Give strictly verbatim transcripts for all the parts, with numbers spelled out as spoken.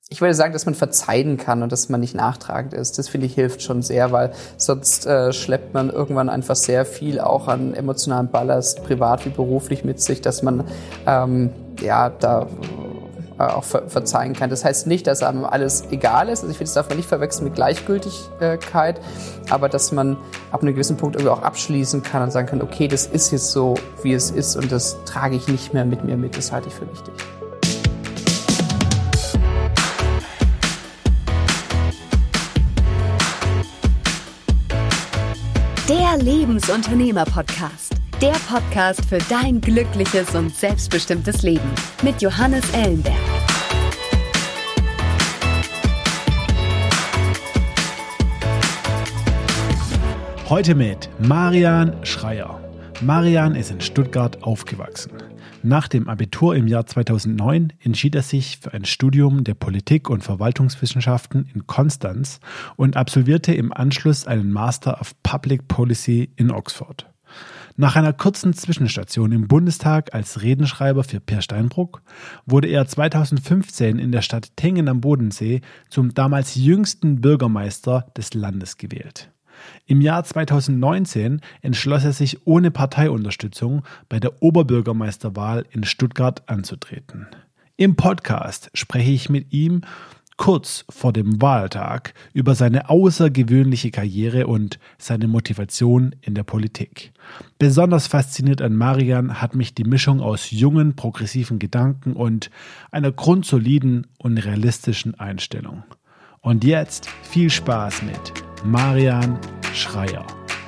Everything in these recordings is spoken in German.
ich würde sagen, dass man verzeihen kann und dass man nicht nachtragend ist. Das, finde ich, hilft schon sehr, weil sonst äh, schleppt man irgendwann einfach sehr viel auch an emotionalen Ballast, privat wie beruflich mit sich, dass man ähm, ja da äh, auch ver- verzeihen kann. Das heißt nicht, dass einem alles egal ist. Also ich finde, das darf man nicht verwechseln mit Gleichgültigkeit, aber dass man ab einem gewissen Punkt irgendwie auch abschließen kann und sagen kann, okay, das ist jetzt so, wie es ist und das trage ich nicht mehr mit mir mit. Das halte ich für wichtig. Der Lebensunternehmer-Podcast. Der Podcast für dein glückliches und selbstbestimmtes Leben mit Johannes Ellenberg. Heute mit Marian Schreier. Marian ist in Stuttgart aufgewachsen. Nach dem Abitur im Jahr zweitausendneun entschied er sich für ein Studium der Politik- und Verwaltungswissenschaften in Konstanz und absolvierte im Anschluss einen Master of Public Policy in Oxford. Nach einer kurzen Zwischenstation im Bundestag als Redenschreiber für Peer Steinbrück wurde er zweitausendfünfzehn in der Stadt Tengen am Bodensee zum damals jüngsten Bürgermeister des Landes gewählt. Im Jahr zweitausendneunzehn entschloss er sich ohne Parteiunterstützung bei der Oberbürgermeisterwahl in Stuttgart anzutreten. Im Podcast spreche ich mit ihm kurz vor dem Wahltag über seine außergewöhnliche Karriere und seine Motivation in der Politik. Besonders fasziniert an Marian hat mich die Mischung aus jungen, progressiven Gedanken und einer grundsoliden und realistischen Einstellung. Und jetzt viel Spaß mit Marian Schreier.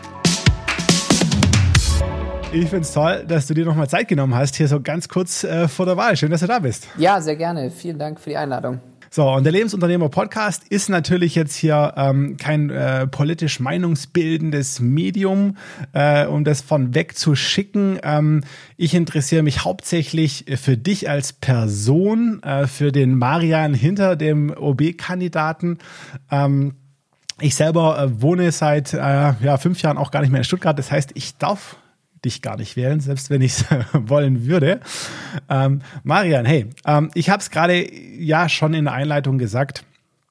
Ich finde es toll, dass du dir nochmal Zeit genommen hast, hier so ganz kurz äh, vor der Wahl. Schön, dass du da bist. Ja, sehr gerne. Vielen Dank für die Einladung. So, und der Lebensunternehmer-Podcast ist natürlich jetzt hier ähm, kein äh, politisch meinungsbildendes Medium, äh, um das von weg zu schicken. Ähm, ich interessiere mich hauptsächlich für dich als Person, äh, für den Marian hinter dem O B-Kandidaten. Ähm, ich selber äh, wohne seit äh, ja, fünf Jahren auch gar nicht mehr in Stuttgart. Das heißt, ich darf dich gar nicht wählen, selbst wenn ich es wollen würde. Ähm, Marian, hey, ähm, ich habe es gerade ja schon in der Einleitung gesagt.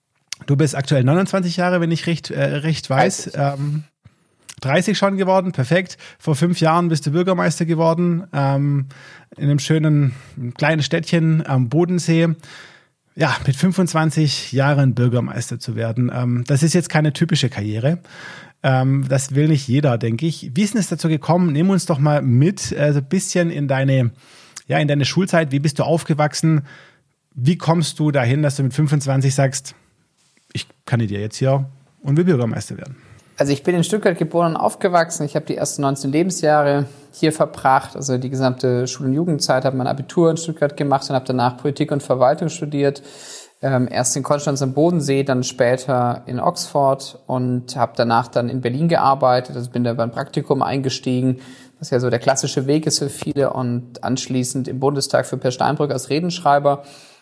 Du bist aktuell neunundzwanzig Jahre, wenn ich recht, äh, recht weiß. Ähm, dreißig schon geworden, perfekt. Vor fünf Jahren bist du Bürgermeister geworden, ähm, in einem schönen kleinen Städtchen am Bodensee. Ja, mit fünfundzwanzig Jahren Bürgermeister zu werden, ähm, das ist jetzt keine typische Karriere. Ähm, das will nicht jeder, denke ich. Wie ist denn es dazu gekommen? Nimm uns doch mal mit, äh, so ein bisschen in deine, ja, in deine Schulzeit. Wie bist du aufgewachsen? Wie kommst du dahin, dass du mit fünfundzwanzig sagst, ich kandidiere jetzt hier und will Bürgermeister werden? Also ich bin in Stuttgart geboren und aufgewachsen. Ich habe die ersten neunzehn Lebensjahre hier verbracht. Also die gesamte Schul- und Jugendzeit, habe mein Abitur in Stuttgart gemacht und habe danach Politik und Verwaltung studiert. Ähm, erst in Konstanz am Bodensee, dann später in Oxford und habe danach dann in Berlin gearbeitet. Also bin da beim Praktikum eingestiegen, was ja so der klassische Weg ist für viele, und anschließend im Bundestag für Peer Steinbrück als Redenschreiber.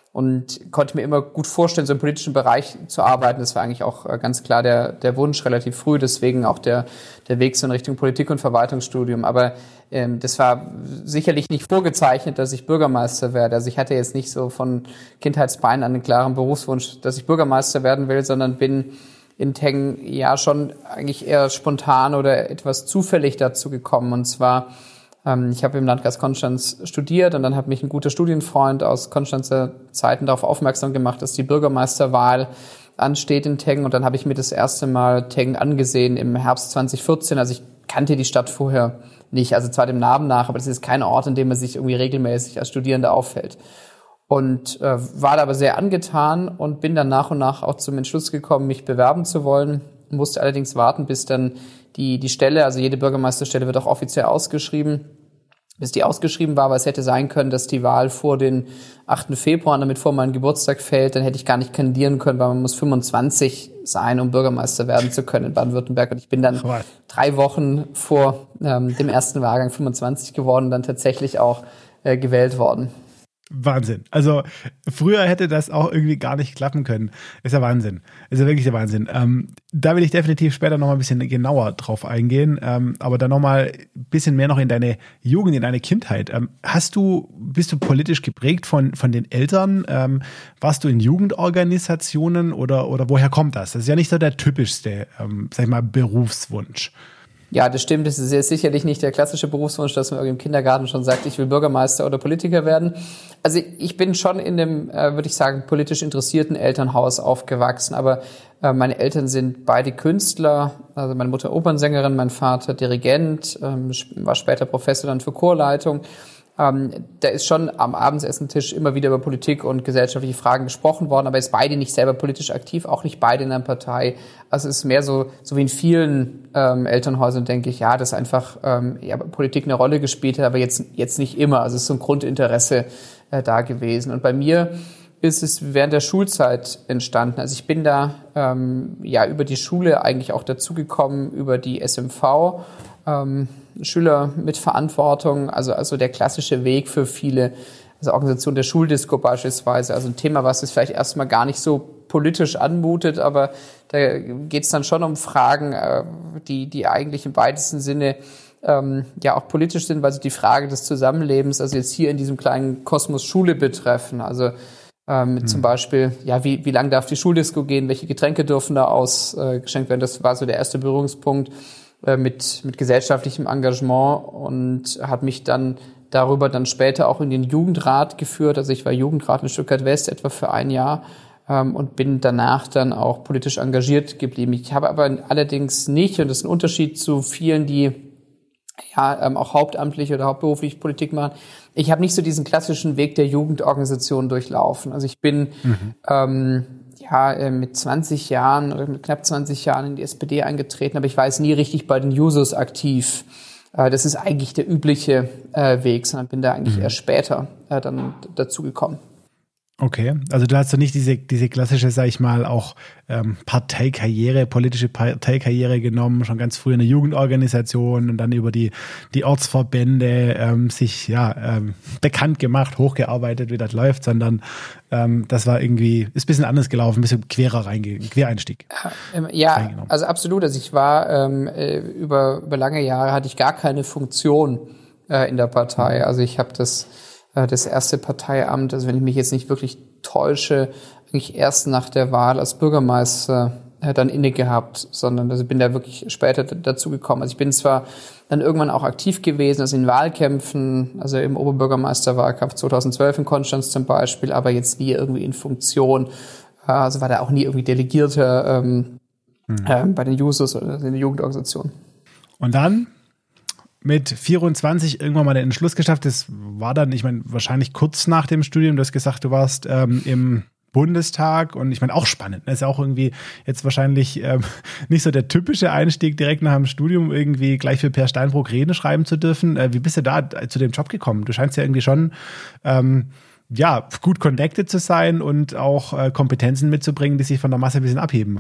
Und konnte mir immer gut vorstellen, so im politischen Bereich zu arbeiten. Das war eigentlich auch ganz klar der, der Wunsch relativ früh, deswegen auch der, der Weg so in Richtung Politik- und Verwaltungsstudium. Aber ähm, das war sicherlich nicht vorgezeichnet, dass ich Bürgermeister werde. Also ich hatte jetzt nicht so von Kindheitsbeinen an einen klaren Berufswunsch, dass ich Bürgermeister werden will, sondern bin in Tengen ja schon eigentlich eher spontan oder etwas zufällig dazu gekommen. Und zwar Ich habe im Landkreis Konstanz studiert und dann hat mich ein guter Studienfreund aus Konstanzer Zeiten darauf aufmerksam gemacht, dass die Bürgermeisterwahl ansteht in Tengen. Und dann habe ich mir das erste Mal Tengen angesehen im Herbst zwanzig vierzehn. Also ich kannte die Stadt vorher nicht, also zwar dem Namen nach, aber das ist kein Ort, in dem man sich irgendwie regelmäßig als Studierender auffällt. Und äh, war da aber sehr angetan und bin dann nach und nach auch zum Entschluss gekommen, mich bewerben zu wollen. Musste allerdings warten, bis dann die die Stelle, also jede Bürgermeisterstelle wird auch offiziell ausgeschrieben, bis die ausgeschrieben war, weil es hätte sein können, dass die Wahl vor den achten Februar, damit vor meinem Geburtstag fällt, dann hätte ich gar nicht kandidieren können, weil man muss fünfundzwanzig sein, um Bürgermeister werden zu können in Baden-Württemberg. Und ich bin dann Ach, drei Wochen vor ähm, dem ersten Wahlgang fünfundzwanzig geworden, dann tatsächlich auch äh, gewählt worden. Wahnsinn. Also früher hätte das auch irgendwie gar nicht klappen können. Ist ja Wahnsinn. Ist ja wirklich der Wahnsinn. Ähm, da will ich definitiv später noch mal ein bisschen genauer drauf eingehen. Ähm, aber dann noch mal ein bisschen mehr noch in deine Jugend, in deine Kindheit. Ähm, hast du, bist du politisch geprägt von, von den Eltern? Ähm, warst du in Jugendorganisationen oder, oder woher kommt das? Das ist ja nicht so der typischste, ähm, sag ich mal, Berufswunsch. Ja, das stimmt. Es ist jetzt sicherlich nicht der klassische Berufswunsch, dass man irgendwie im Kindergarten schon sagt, ich will Bürgermeister oder Politiker werden. Also ich bin schon in einem, äh, würde ich sagen, politisch interessierten Elternhaus aufgewachsen. Aber äh, meine Eltern sind beide Künstler. Also meine Mutter Opernsängerin, mein Vater Dirigent, ähm, war später Professor dann für Chorleitung. Ähm, da ist schon am Abendsessentisch immer wieder über Politik und gesellschaftliche Fragen gesprochen worden, aber ist beide nicht selber politisch aktiv, auch nicht beide in einer Partei. Also es ist mehr so, so wie in vielen ähm, Elternhäusern, denke ich, ja, dass einfach ähm, ja, Politik eine Rolle gespielt hat, aber jetzt jetzt nicht immer. Also es ist so ein Grundinteresse äh, da gewesen. Und bei mir ist es während der Schulzeit entstanden. Also ich bin da ähm, ja über die Schule eigentlich auch dazugekommen, über die S M V, ähm, Schüler mit Verantwortung, also also der klassische Weg für viele, also Organisation der Schuldisco beispielsweise, also ein Thema, was es vielleicht erstmal gar nicht so politisch anmutet, aber da geht es dann schon um Fragen, äh, die die eigentlich im weitesten Sinne ähm, ja auch politisch sind, weil sie die Frage des Zusammenlebens, also jetzt hier in diesem kleinen Kosmos Schule betreffen, also ähm, mhm. zum Beispiel, ja, wie wie lang darf die Schuldisco gehen, welche Getränke dürfen da ausgeschenkt werden, das war so der erste Berührungspunkt mit mit gesellschaftlichem Engagement und hat mich dann darüber dann später auch in den Jugendrat geführt. Also ich war Jugendrat in Stuttgart West etwa für ein Jahr ähm, und bin danach dann auch politisch engagiert geblieben. Ich habe aber allerdings nicht, und das ist ein Unterschied zu vielen, die ja ähm, auch hauptamtlich oder hauptberuflich Politik machen, ich habe nicht so diesen klassischen Weg der Jugendorganisation durchlaufen. Also ich bin mhm. ähm, ja, mit zwanzig Jahren oder mit knapp zwanzig Jahren in die S P D eingetreten, aber ich war jetzt nie richtig bei den Jusos aktiv. Das ist eigentlich der übliche Weg, sondern bin da eigentlich mhm. erst später dann dazugekommen. Okay, also du hast so nicht diese diese klassische, sag ich mal, auch ähm, Parteikarriere, politische Parteikarriere genommen, schon ganz früh in der Jugendorganisation und dann über die die Ortsverbände ähm, sich ja ähm, bekannt gemacht, hochgearbeitet, wie das läuft, sondern ähm, das war irgendwie, ist ein bisschen anders gelaufen, ein bisschen querer reinge, Quereinstieg. Ja, also absolut. Also ich war ähm, über über lange Jahre hatte ich gar keine Funktion äh, in der Partei. Also ich habe das das erste Parteiamt, also wenn ich mich jetzt nicht wirklich täusche, eigentlich erst nach der Wahl als Bürgermeister äh, dann inne gehabt, sondern also bin da wirklich später dazu gekommen. Also ich bin zwar dann irgendwann auch aktiv gewesen, also in Wahlkämpfen, also im Oberbürgermeisterwahlkampf zweitausendzwölf in Konstanz zum Beispiel, aber jetzt nie irgendwie in Funktion, äh, also war da auch nie irgendwie Delegierter ähm, hm. äh, bei den Jusos oder in der Jugendorganisation. Und dann mit vierundzwanzig irgendwann mal den Entschluss geschafft. Das war dann, ich meine, wahrscheinlich kurz nach dem Studium. Du hast gesagt, du warst ähm, im Bundestag und ich meine, auch spannend. Das ist ja auch irgendwie jetzt wahrscheinlich ähm, nicht so der typische Einstieg direkt nach dem Studium, irgendwie gleich für Per Steinbrück Reden schreiben zu dürfen. Äh, wie bist du da zu dem Job gekommen? Du scheinst ja irgendwie schon ähm, ja, gut connected zu sein und auch äh, Kompetenzen mitzubringen, die sich von der Masse ein bisschen abheben.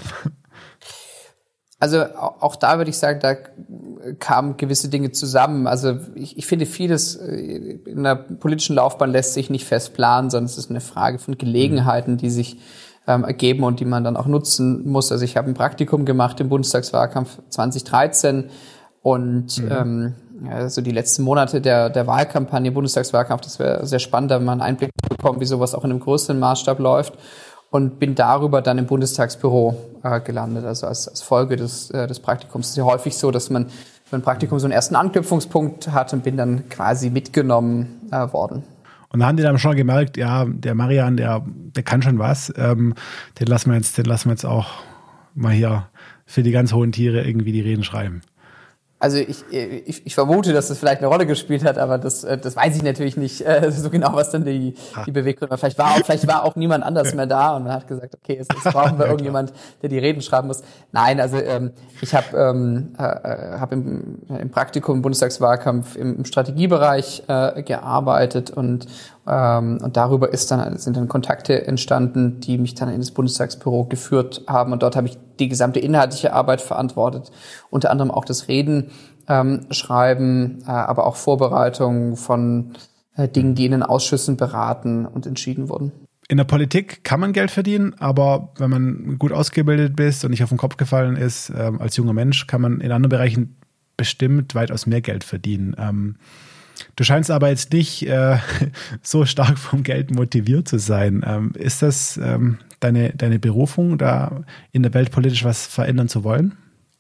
Also auch da würde ich sagen, da kamen gewisse Dinge zusammen. Also ich, ich finde, vieles in der politischen Laufbahn lässt sich nicht fest planen, sondern es ist eine Frage von Gelegenheiten, die sich ähm, ergeben und die man dann auch nutzen muss. Also ich habe ein Praktikum gemacht im Bundestagswahlkampf zwanzig dreizehn und mhm. ähm, also die letzten Monate der, der Wahlkampagne, Bundestagswahlkampf, das wäre sehr spannend, da mal einen Einblick zu bekommen, wie sowas auch in einem größeren Maßstab läuft. Und bin darüber dann im Bundestagsbüro äh, gelandet, also als, als Folge des, äh, des Praktikums. Es ist ja häufig so, dass man für ein Praktikum so einen ersten Anknüpfungspunkt hat und bin dann quasi mitgenommen äh, worden. Und da haben die dann schon gemerkt, ja, der Marian, der, der kann schon was. Ähm, den lassen wir jetzt, den lassen wir jetzt auch mal hier für die ganz hohen Tiere irgendwie die Reden schreiben. Also ich, ich, ich vermute, dass das vielleicht eine Rolle gespielt hat, aber das, das weiß ich natürlich nicht äh, so genau, was dann die, die Beweggründe war. Vielleicht war auch, vielleicht war auch niemand anders mehr da und man hat gesagt, okay, jetzt, jetzt brauchen wir ja, irgendjemand, der die Reden schreiben muss. Nein, also ähm, ich habe ähm, äh, hab im, im Praktikum im Bundestagswahlkampf im, im Strategiebereich äh, gearbeitet und ähm, und darüber ist dann sind dann Kontakte entstanden, die mich dann in das Bundestagsbüro geführt haben und dort habe ich die gesamte inhaltliche Arbeit verantwortet, unter anderem auch das Reden ähm, schreiben, äh, aber auch Vorbereitung von äh, Dingen, die in den Ausschüssen beraten und entschieden wurden. In der Politik kann man Geld verdienen, aber wenn man gut ausgebildet ist und nicht auf den Kopf gefallen ist, äh, als junger Mensch, kann man in anderen Bereichen bestimmt weitaus mehr Geld verdienen. Ähm, du scheinst aber jetzt nicht äh, so stark vom Geld motiviert zu sein. Ähm, ist das ähm, deine, deine Berufung, da in der Welt politisch was verändern zu wollen?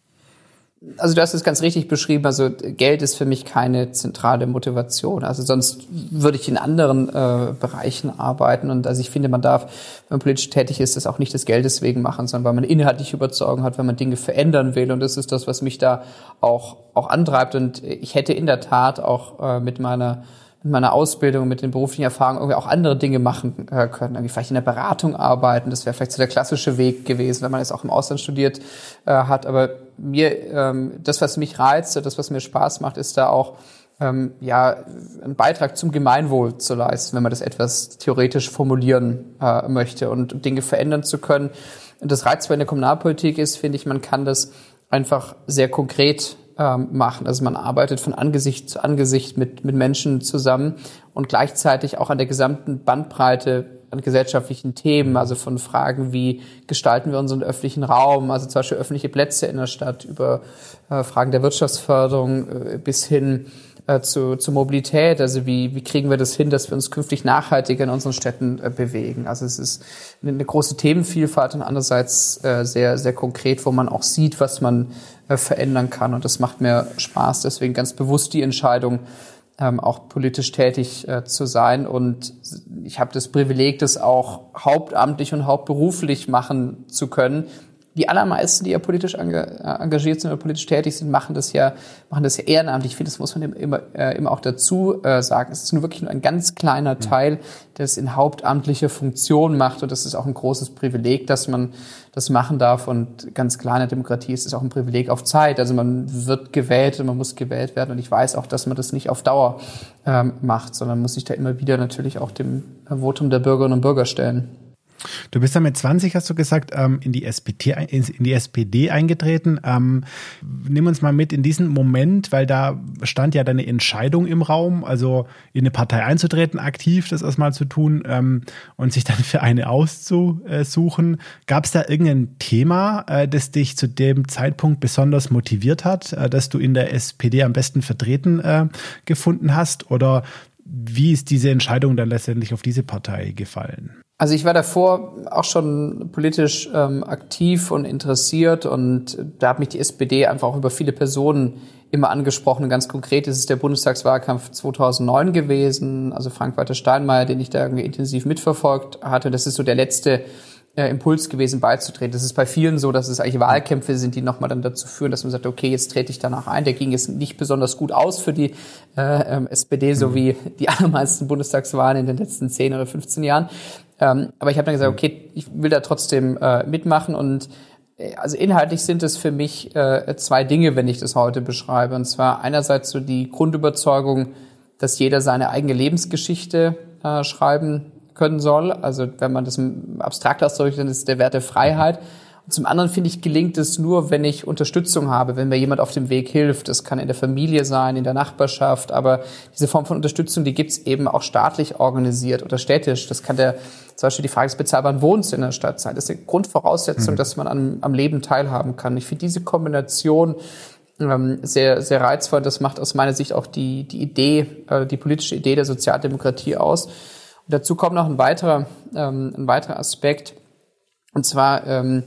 Also du hast es ganz richtig beschrieben, also Geld ist für mich keine zentrale Motivation. Also sonst würde ich in anderen äh, Bereichen arbeiten. Und also ich finde, man darf, wenn man politisch tätig ist, das auch nicht des Geldes wegen machen, sondern weil man inhaltliche Überzeugung hat, wenn man Dinge verändern will. Und das ist das, was mich da auch auch antreibt. Und ich hätte in der Tat auch äh, mit meiner mit meiner Ausbildung, mit den beruflichen Erfahrungen irgendwie auch andere Dinge machen äh, können. Irgendwie vielleicht in der Beratung arbeiten. Das wäre vielleicht so der klassische Weg gewesen, wenn man jetzt auch im Ausland studiert äh, hat. Aber mir, ähm, das, was mich reizt, das, was mir Spaß macht, ist da auch ähm, ja einen Beitrag zum Gemeinwohl zu leisten, wenn man das etwas theoretisch formulieren äh, möchte und Dinge verändern zu können. Und das Reizvolle in der Kommunalpolitik ist, finde ich, man kann das einfach sehr konkret ähm, machen. Also man arbeitet von Angesicht zu Angesicht mit mit Menschen zusammen und gleichzeitig auch an der gesamten Bandbreite an gesellschaftlichen Themen, also von Fragen wie gestalten wir unseren öffentlichen Raum, also zum Beispiel öffentliche Plätze in der Stadt, über äh, Fragen der Wirtschaftsförderung äh, bis hin äh, zu, zur Mobilität, also wie, wie kriegen wir das hin, dass wir uns künftig nachhaltiger in unseren Städten äh, bewegen. Also es ist eine, eine große Themenvielfalt und andererseits äh, sehr, sehr konkret, wo man auch sieht, was man äh, verändern kann, und das macht mir Spaß, deswegen ganz bewusst die Entscheidung, Ähm, auch politisch tätig äh, zu sein. Und ich habe das Privileg, das auch hauptamtlich und hauptberuflich machen zu können. Die allermeisten, die ja politisch engagiert sind oder politisch tätig sind, machen das ja, machen das ja ehrenamtlich. Ich finde, das muss man immer, äh, immer auch dazu äh, sagen. Es ist nur wirklich nur ein ganz kleiner Teil, der es in hauptamtlicher Funktion macht. Und das ist auch ein großes Privileg, dass man das machen darf. Und ganz klar in der Demokratie ist es auch ein Privileg auf Zeit. Also man wird gewählt und man muss gewählt werden. Und ich weiß auch, dass man das nicht auf Dauer ähm, macht, sondern muss sich da immer wieder natürlich auch dem Votum der Bürgerinnen und Bürger stellen. Du bist dann mit zwanzig, hast du gesagt, in die S P D, in die S P D eingetreten. Ähm, nimm uns mal mit in diesen Moment, weil da stand ja deine Entscheidung im Raum, also in eine Partei einzutreten, aktiv das erstmal zu tun ähm, und sich dann für eine auszusuchen. Gab es da irgendein Thema, äh, das dich zu dem Zeitpunkt besonders motiviert hat, äh, dass du in der S P D am besten vertreten äh, gefunden hast? Oder wie ist diese Entscheidung dann letztendlich auf diese Partei gefallen? Also ich war davor auch schon politisch ähm, aktiv und interessiert, und da hat mich die S P D einfach auch über viele Personen immer angesprochen. Und ganz konkret ist es der Bundestagswahlkampf zweitausendneun gewesen, also Frank-Walter Steinmeier, den ich da irgendwie intensiv mitverfolgt hatte. Das ist so der letzte äh, Impuls gewesen, beizutreten. Das ist bei vielen so, dass es eigentlich Wahlkämpfe sind, die nochmal dann dazu führen, dass man sagt, okay, jetzt trete ich danach ein. Der ging jetzt nicht besonders gut aus für die äh, ähm, S P D, so wie die allermeisten Bundestagswahlen in den letzten zehn oder fünfzehn Jahren. Ähm, aber ich habe dann gesagt, okay, ich will da trotzdem äh, mitmachen, und äh, also inhaltlich sind es für mich äh, zwei Dinge, wenn ich das heute beschreibe. Und zwar einerseits so die Grundüberzeugung, dass jeder seine eigene Lebensgeschichte äh, schreiben können soll. Also wenn man das abstrakt ausdrückt, dann ist der Wert der Freiheit. Und zum anderen, finde ich, gelingt es nur, wenn ich Unterstützung habe, wenn mir jemand auf dem Weg hilft. Das kann in der Familie sein, in der Nachbarschaft, aber diese Form von Unterstützung, die gibt's eben auch staatlich organisiert oder städtisch. Das kann der, zum Beispiel die Frage des bezahlbaren Wohnens in der Stadt sein. Das ist eine Grundvoraussetzung, mhm. dass man am, am Leben teilhaben kann. Ich finde diese Kombination ähm, sehr, sehr reizvoll. Das macht aus meiner Sicht auch die, die Idee, äh, die politische Idee der Sozialdemokratie aus. Und dazu kommt noch ein weiterer, ähm, ein weiterer Aspekt, und zwar, ähm,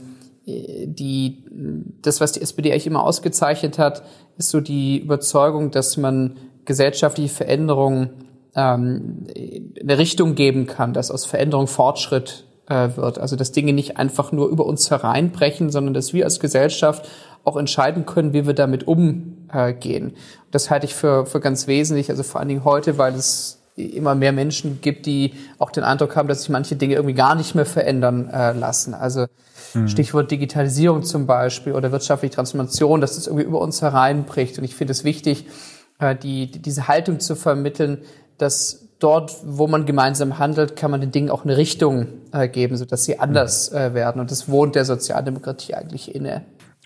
die, das, was die S P D eigentlich immer ausgezeichnet hat, ist so die Überzeugung, dass man gesellschaftliche Veränderungen ähm, eine Richtung geben kann, dass aus Veränderung Fortschritt äh, wird. Also dass Dinge nicht einfach nur über uns hereinbrechen, sondern dass wir als Gesellschaft auch entscheiden können, wie wir damit umgehen. Das halte ich für, für ganz wesentlich, also vor allen Dingen heute, weil es immer mehr Menschen gibt, die auch den Eindruck haben, dass sich manche Dinge irgendwie gar nicht mehr verändern äh, lassen. Also mhm. Stichwort Digitalisierung zum Beispiel oder wirtschaftliche Transformation, dass das irgendwie über uns hereinbricht. Und ich finde es wichtig, äh, die, die diese Haltung zu vermitteln, dass dort, wo man gemeinsam handelt, kann man den Dingen auch eine Richtung äh, geben, sodass sie anders äh, werden. Und das wohnt der Sozialdemokratie eigentlich inne.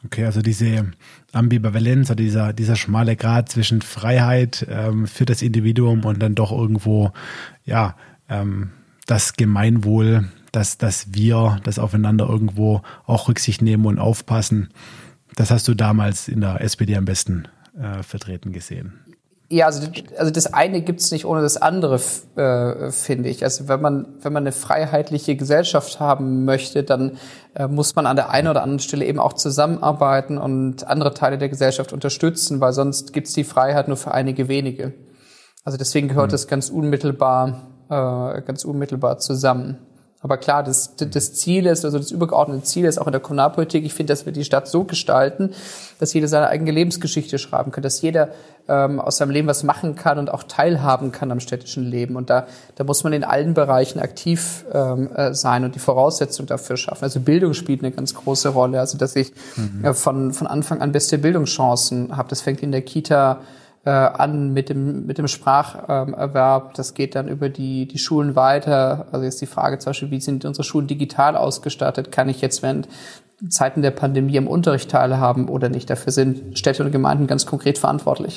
Okay, also diese Ambivalenz oder dieser, dieser schmale Grat zwischen Freiheit ähm, für das Individuum und dann doch irgendwo, ja, ähm, das Gemeinwohl, dass, dass wir das aufeinander irgendwo auch Rücksicht nehmen und aufpassen. Das hast du damals in der S P D am besten äh, vertreten gesehen. Ja, also, also das eine gibt's nicht ohne das andere, äh, finde ich. Also wenn man wenn man eine freiheitliche Gesellschaft haben möchte, dann äh, muss man an der einen oder anderen Stelle eben auch zusammenarbeiten und andere Teile der Gesellschaft unterstützen, weil sonst gibt's die Freiheit nur für einige wenige. Also deswegen gehört mhm. das ganz unmittelbar äh, ganz unmittelbar zusammen. Aber klar, das, das Ziel ist, also das übergeordnete Ziel ist auch in der Kommunalpolitik, ich finde, dass wir die Stadt so gestalten, dass jeder seine eigene Lebensgeschichte schreiben kann, dass jeder ähm, aus seinem Leben was machen kann und auch teilhaben kann am städtischen Leben. Und da, da muss man in allen Bereichen aktiv ähm, äh, sein und die Voraussetzungen dafür schaffen. Also Bildung spielt eine ganz große Rolle, also dass ich mhm. äh, von, von Anfang an beste Bildungschancen habe. Das fängt in der Kita Äh, an mit dem mit dem Spracherwerb. Das geht dann über die die Schulen weiter. Also jetzt die Frage zum Beispiel, wie sind unsere Schulen digital ausgestattet? Kann ich jetzt während Zeiten der Pandemie am Unterricht teilhaben oder nicht? Dafür sind Städte und Gemeinden ganz konkret verantwortlich.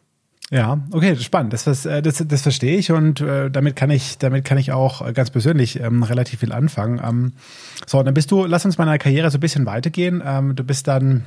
Ja, okay, spannend. Das, das, das, das verstehe ich und äh, damit kann ich, damit kann ich auch ganz persönlich ähm, relativ viel anfangen. Ähm, so, dann bist du, lass uns mal in deiner Karriere so ein bisschen weitergehen. Ähm, du bist dann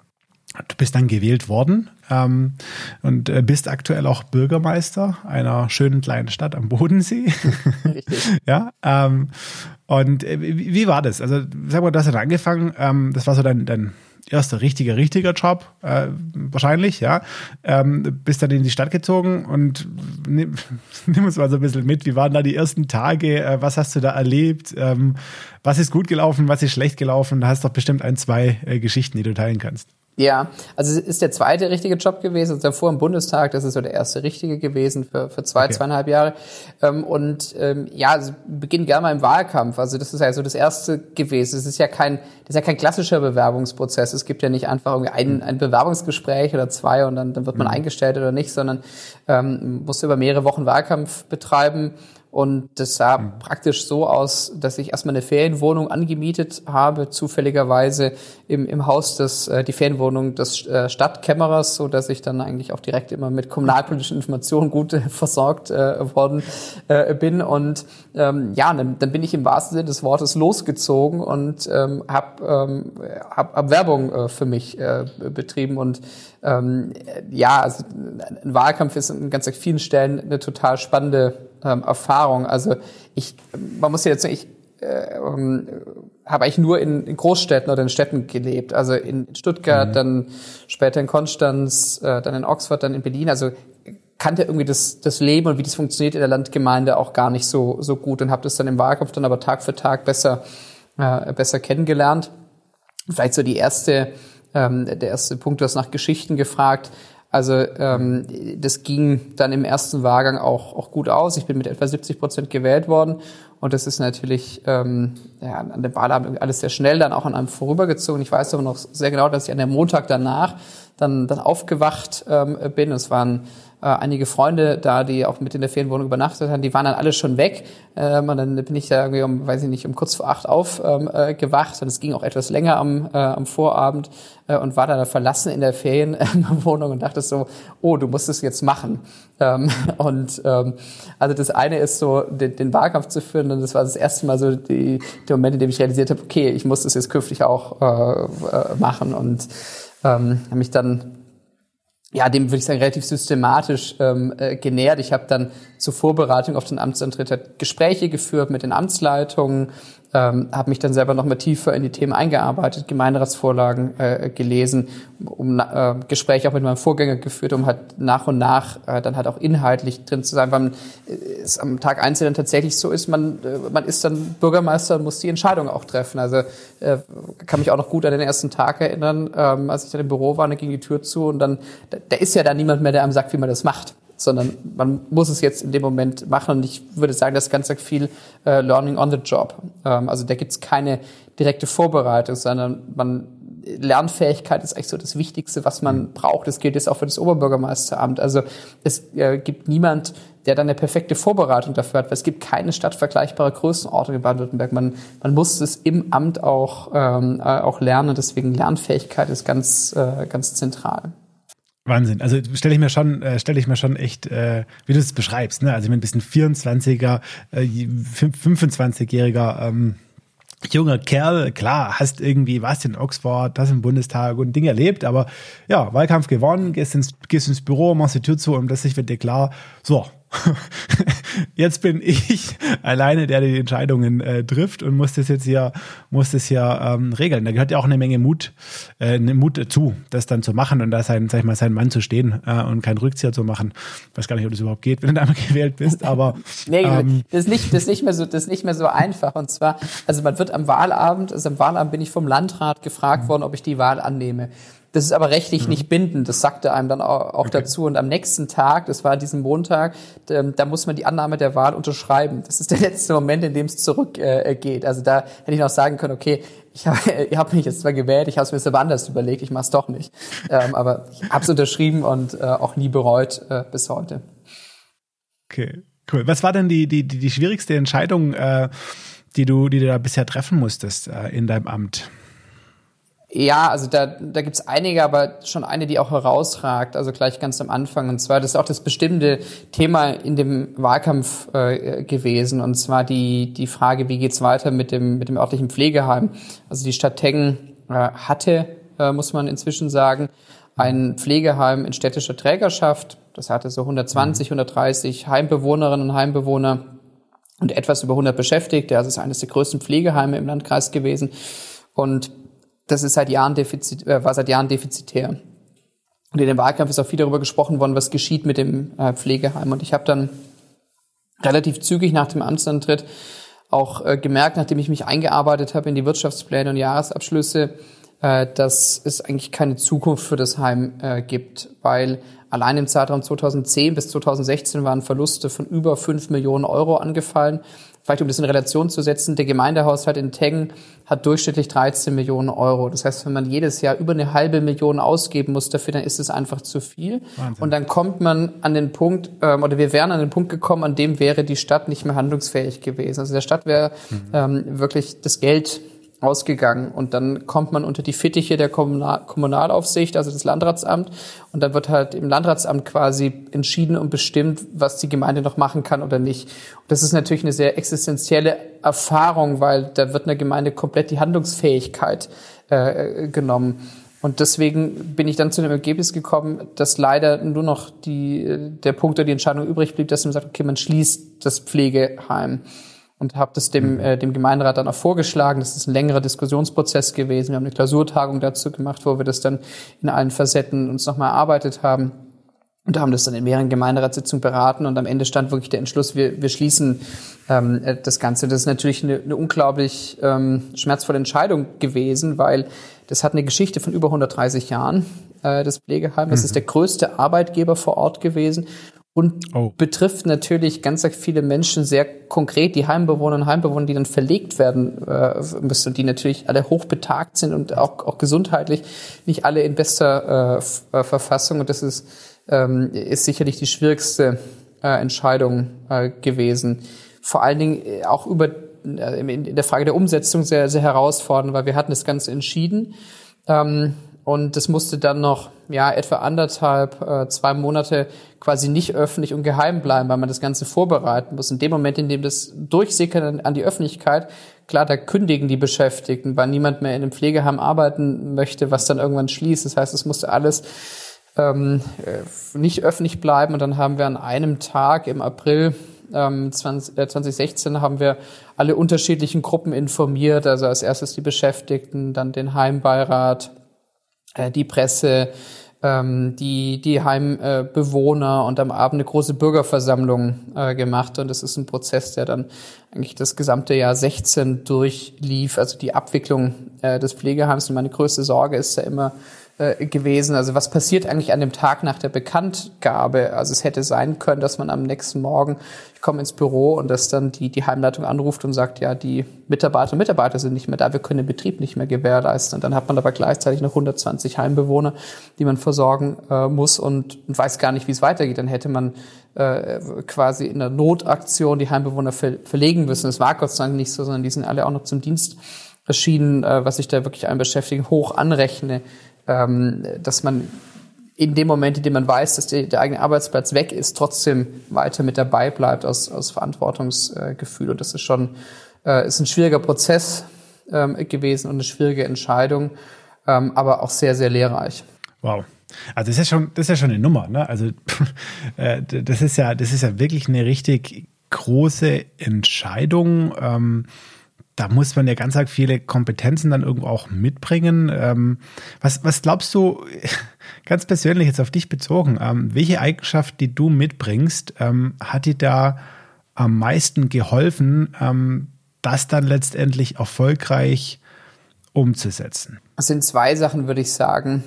Du bist dann gewählt worden ähm, und äh, bist aktuell auch Bürgermeister einer schönen kleinen Stadt am Bodensee. Richtig. Ja. Ähm, und äh, wie, wie war das? Also sag mal, du hast dann angefangen. Ähm, das war so dein, dein erster richtiger, richtiger Job äh, wahrscheinlich, ja. Ähm, bist dann in die Stadt gezogen und nimm, nimm uns mal so ein bisschen mit. Wie waren da die ersten Tage? Äh, was hast du da erlebt? Ähm, was ist gut gelaufen? Was ist schlecht gelaufen? Da hast du doch bestimmt ein, zwei äh, Geschichten, die du teilen kannst. Ja, also es ist der zweite richtige Job gewesen, also davor im Bundestag, das ist so der erste richtige gewesen für, für zwei, okay. zweieinhalb Jahre. Ähm, und ähm, ja, also beginnt gerne mal im Wahlkampf. Also das ist ja so das erste gewesen. Es ist ja kein, das ist ja kein klassischer Bewerbungsprozess. Es gibt ja nicht einfach irgendwie ein, ein Bewerbungsgespräch oder zwei und dann, dann wird man mhm. eingestellt oder nicht, sondern ähm, musste über mehrere Wochen Wahlkampf betreiben. Und das sah mhm. praktisch so aus, dass ich erstmal eine Ferienwohnung angemietet habe, zufälligerweise im, im Haus des, äh, die Ferienwohnung des äh, Stadtkämmerers, so dass ich dann eigentlich auch direkt immer mit kommunalpolitischen Informationen gut äh, versorgt äh, worden äh, bin. Und ähm, ja, dann, dann bin ich im wahrsten Sinne des Wortes losgezogen und ähm, habe ähm, hab, hab Werbung äh, für mich äh, betrieben. Und ähm, ja, also ein Wahlkampf ist an ganz vielen Stellen eine total spannende Ähm, Erfahrung. Also ich, man muss ja jetzt sagen, ich äh, ähm, habe eigentlich nur in, in Großstädten oder in Städten gelebt. Also in Stuttgart, mhm. dann später in Konstanz, äh, dann in Oxford, dann in Berlin. Also kannte irgendwie das, das Leben und wie das funktioniert in der Landgemeinde auch gar nicht so so gut und habe das dann im Wahlkampf dann aber Tag für Tag besser äh, besser kennengelernt. Vielleicht so die erste ähm, der erste Punkt, du hast nach Geschichten gefragt. Also ähm, das ging dann im ersten Wahlgang auch auch gut aus. Ich bin mit etwa siebzig Prozent gewählt worden und das ist natürlich ähm, ja, an dem Wahlabend alles sehr schnell dann auch an einem vorübergezogen. Ich weiß aber noch sehr genau, dass ich an dem Montag danach dann dann aufgewacht ähm, bin. Es waren äh, einige Freunde da, die auch mit in der Ferienwohnung übernachtet haben. Die waren dann alle schon weg. Ähm, und dann bin ich da irgendwie um, weiß ich nicht, um kurz vor acht aufgewacht. Ähm, und es ging auch etwas länger am äh, am Vorabend äh, und war da verlassen in der Ferienwohnung und dachte so, oh, du musst es jetzt machen. Ähm, und ähm, also das eine ist so, den, den Wahlkampf zu führen. Und das war das erste Mal so die, der Moment, in dem ich realisiert habe, okay, ich muss das jetzt künftig auch äh, äh, machen. Und ähm, habe mich dann, ja, dem würde ich sagen, relativ systematisch ähm, äh, genähert. Ich habe dann zur Vorbereitung auf den Amtsantritt halt Gespräche geführt mit den Amtsleitungen, ähm, habe mich dann selber noch mal tiefer in die Themen eingearbeitet, Gemeinderatsvorlagen äh, gelesen, um äh, Gespräche auch mit meinem Vorgänger geführt, um halt nach und nach äh, dann halt auch inhaltlich drin zu sein, weil es am Tag eins dann tatsächlich so ist, man äh, man ist dann Bürgermeister und muss die Entscheidung auch treffen. Also äh, kann mich auch noch gut an den ersten Tag erinnern, ähm, als ich dann im Büro war, da ging die Tür zu und dann, da, da ist ja da niemand mehr, der einem sagt, wie man das macht, sondern man muss es jetzt in dem Moment machen. Und ich würde sagen, das ist ganz viel äh, Learning on the Job. Ähm, also da gibt's keine direkte Vorbereitung, sondern man Lernfähigkeit ist eigentlich so das Wichtigste, was man braucht. Das gilt jetzt auch für das Oberbürgermeisteramt. Also es äh, gibt niemand, der dann eine perfekte Vorbereitung dafür hat, weil es gibt keine stadtvergleichbare Größenordnung in Baden-Württemberg. Man, man muss es im Amt auch, ähm, äh, auch lernen. Deswegen Lernfähigkeit ist ganz, äh, ganz zentral. Wahnsinn. Also stelle ich mir schon, äh, stelle ich mir schon echt, äh, wie du es beschreibst, ne? Also ich bin ein bisschen vierundzwanziger, äh, fünfundzwanzigjähriger ähm, junger Kerl, klar, hast irgendwie was in Oxford, das im Bundestag und Ding erlebt, aber ja, Wahlkampf gewonnen, gehst ins, gehst ins Büro, machst die Tür zu und plötzlich wird dir klar, so, jetzt bin ich alleine, der die Entscheidungen äh, trifft und muss das jetzt hier, muss das hier ähm, regeln. Da gehört ja auch eine Menge Mut, äh, eine Mut dazu, das dann zu machen und da sein, sag ich mal, sein Mann zu stehen äh, und keinen Rückzieher zu machen. Ich weiß gar nicht, ob das überhaupt geht, wenn du einmal gewählt bist, aber nee, ähm, das ist nicht, das ist nicht mehr so, das ist nicht mehr so einfach. Und zwar, also man wird am Wahlabend, also am Wahlabend bin ich vom Landrat gefragt worden, ob ich die Wahl annehme. Das ist aber rechtlich mhm. nicht bindend, das sagte einem dann auch, auch okay. dazu. Und am nächsten Tag, das war diesen Montag, da, da muss man die Annahme der Wahl unterschreiben. Das ist der letzte Moment, in dem es zurückgeht. Äh, also da hätte ich noch sagen können, okay, ich habe ihr habt mich jetzt zwar gewählt, ich habe es mir jetzt aber anders überlegt, ich mache es doch nicht. Ähm, aber ich habe es unterschrieben und äh, auch nie bereut äh, bis heute. Okay, cool. Was war denn die, die, die, die schwierigste Entscheidung, äh, die du, die du da bisher treffen musstest äh, in deinem Amt? Ja, also da, da gibt's einige, aber schon eine, die auch herausragt, also gleich ganz am Anfang. Und zwar, das ist auch das bestimmte Thema in dem Wahlkampf äh, gewesen. Und zwar die, die Frage, wie geht's weiter mit dem, mit dem örtlichen Pflegeheim? Also die Stadt Teggen äh, hatte, äh, muss man inzwischen sagen, ein Pflegeheim in städtischer Trägerschaft. Das hatte so hundertzwanzig, hundertdreißig Heimbewohnerinnen und Heimbewohner und etwas über hundert Beschäftigte. Also es ist eines der größten Pflegeheime im Landkreis gewesen. Und das ist seit Jahren defizit, äh, war seit Jahren defizitär. Und in dem Wahlkampf ist auch viel darüber gesprochen worden, was geschieht mit dem äh, Pflegeheim. Und ich habe dann relativ zügig nach dem Amtsantritt auch äh, gemerkt, nachdem ich mich eingearbeitet habe in die Wirtschaftspläne und Jahresabschlüsse, äh, dass es eigentlich keine Zukunft für das Heim äh, gibt, weil allein im Zeitraum zweitausendzehn bis zweitausendsechzehn waren Verluste von über fünf Millionen Euro angefallen. Vielleicht um das in Relation zu setzen, der Gemeindehaushalt in Teggen hat durchschnittlich dreizehn Millionen Euro. Das heißt, wenn man jedes Jahr über eine halbe Million ausgeben muss dafür, dann ist es einfach zu viel. Wahnsinn. Und dann kommt man an den Punkt, ähm, oder wir wären an den Punkt gekommen, an dem wäre die Stadt nicht mehr handlungsfähig gewesen. Also der Stadt wäre mhm. ähm, wirklich das Geld ausgegangen und dann kommt man unter die Fittiche der Kommunal- Kommunalaufsicht, also das Landratsamt, und dann wird halt im Landratsamt quasi entschieden und bestimmt, was die Gemeinde noch machen kann oder nicht. Und das ist natürlich eine sehr existenzielle Erfahrung, weil da wird einer Gemeinde komplett die Handlungsfähigkeit äh, genommen. Und deswegen bin ich dann zu dem Ergebnis gekommen, dass leider nur noch die, der Punkt oder die Entscheidung übrig blieb, dass man sagt, okay, man schließt das Pflegeheim. Und habe das dem, äh, dem Gemeinderat dann auch vorgeschlagen. Das ist ein längerer Diskussionsprozess gewesen. Wir haben eine Klausurtagung dazu gemacht, wo wir das dann in allen Facetten uns nochmal erarbeitet haben. Und haben das dann in mehreren Gemeinderatssitzungen beraten. Und am Ende stand wirklich der Entschluss, wir, wir schließen ähm, das Ganze. Das ist natürlich eine, eine unglaublich ähm, schmerzvolle Entscheidung gewesen, weil das hat eine Geschichte von über hundertdreißig Jahren, äh, das Pflegeheim. Das mhm. ist der größte Arbeitgeber vor Ort gewesen. Und oh. betrifft natürlich ganz viele Menschen sehr konkret, die Heimbewohnerinnen und Heimbewohner, die dann verlegt werden äh, müssen, die natürlich alle hochbetagt sind und auch, auch gesundheitlich nicht alle in bester äh, F- äh, Verfassung. Und das ist, ähm, ist sicherlich die schwierigste äh, Entscheidung äh, gewesen. Vor allen Dingen auch über äh, in der Frage der Umsetzung sehr, sehr herausfordernd, weil wir hatten das Ganze entschieden. Ähm, Und das musste dann noch ja etwa anderthalb, äh, zwei Monate quasi nicht öffentlich und geheim bleiben, weil man das Ganze vorbereiten muss. In dem Moment, in dem das durchsickert an, an die Öffentlichkeit, klar, da kündigen die Beschäftigten, weil niemand mehr in einem Pflegeheim arbeiten möchte, was dann irgendwann schließt. Das heißt, es musste alles ähm, nicht öffentlich bleiben. Und dann haben wir an einem Tag im April ähm, zwanzig, äh, zwanzig sechzehn haben wir alle unterschiedlichen Gruppen informiert. Also als erstes die Beschäftigten, dann den Heimbeirat, die Presse, ähm, die die Heimbewohner äh, und am Abend eine große Bürgerversammlung äh, gemacht. Und das ist ein Prozess, der dann eigentlich das gesamte Jahr sechzehn durchlief, also die Abwicklung äh, des Pflegeheims. Und meine größte Sorge ist ja immer, äh, gewesen. Also was passiert eigentlich an dem Tag nach der Bekanntgabe? Also es hätte sein können, dass man am nächsten Morgen, ich komme ins Büro und dass dann die, die Heimleitung anruft und sagt, ja, die Mitarbeiter und Mitarbeiter sind nicht mehr da, wir können den Betrieb nicht mehr gewährleisten. Und dann hat man aber gleichzeitig noch hundertzwanzig Heimbewohner, die man versorgen äh, muss und, und weiß gar nicht, wie es weitergeht. Dann hätte man äh, quasi in der Notaktion die Heimbewohner ver- verlegen müssen. Das war Gott sei Dank nicht so, sondern die sind alle auch noch zum Dienst erschienen, äh, was sich da wirklich allen Beschäftigten hoch anrechne, ähm, dass man in dem Moment, in dem man weiß, dass die, der eigene Arbeitsplatz weg ist, trotzdem weiter mit dabei bleibt aus, aus Verantwortungsgefühl. Und das ist schon äh, ist ein schwieriger Prozess ähm, gewesen und eine schwierige Entscheidung, ähm, aber auch sehr, sehr lehrreich. Wow. Also das ist ja schon, das ist ja schon eine Nummer, ne? Also äh, das ist ja, das ist ja wirklich eine richtig große Entscheidung. Ähm, da muss man ja ganz arg viele Kompetenzen dann irgendwo auch mitbringen. Ähm, was, was glaubst du, ganz persönlich jetzt auf dich bezogen, ähm, welche Eigenschaft, die du mitbringst, ähm, hat dir da am meisten geholfen, ähm, das dann letztendlich erfolgreich umzusetzen? Es sind zwei Sachen, würde ich sagen.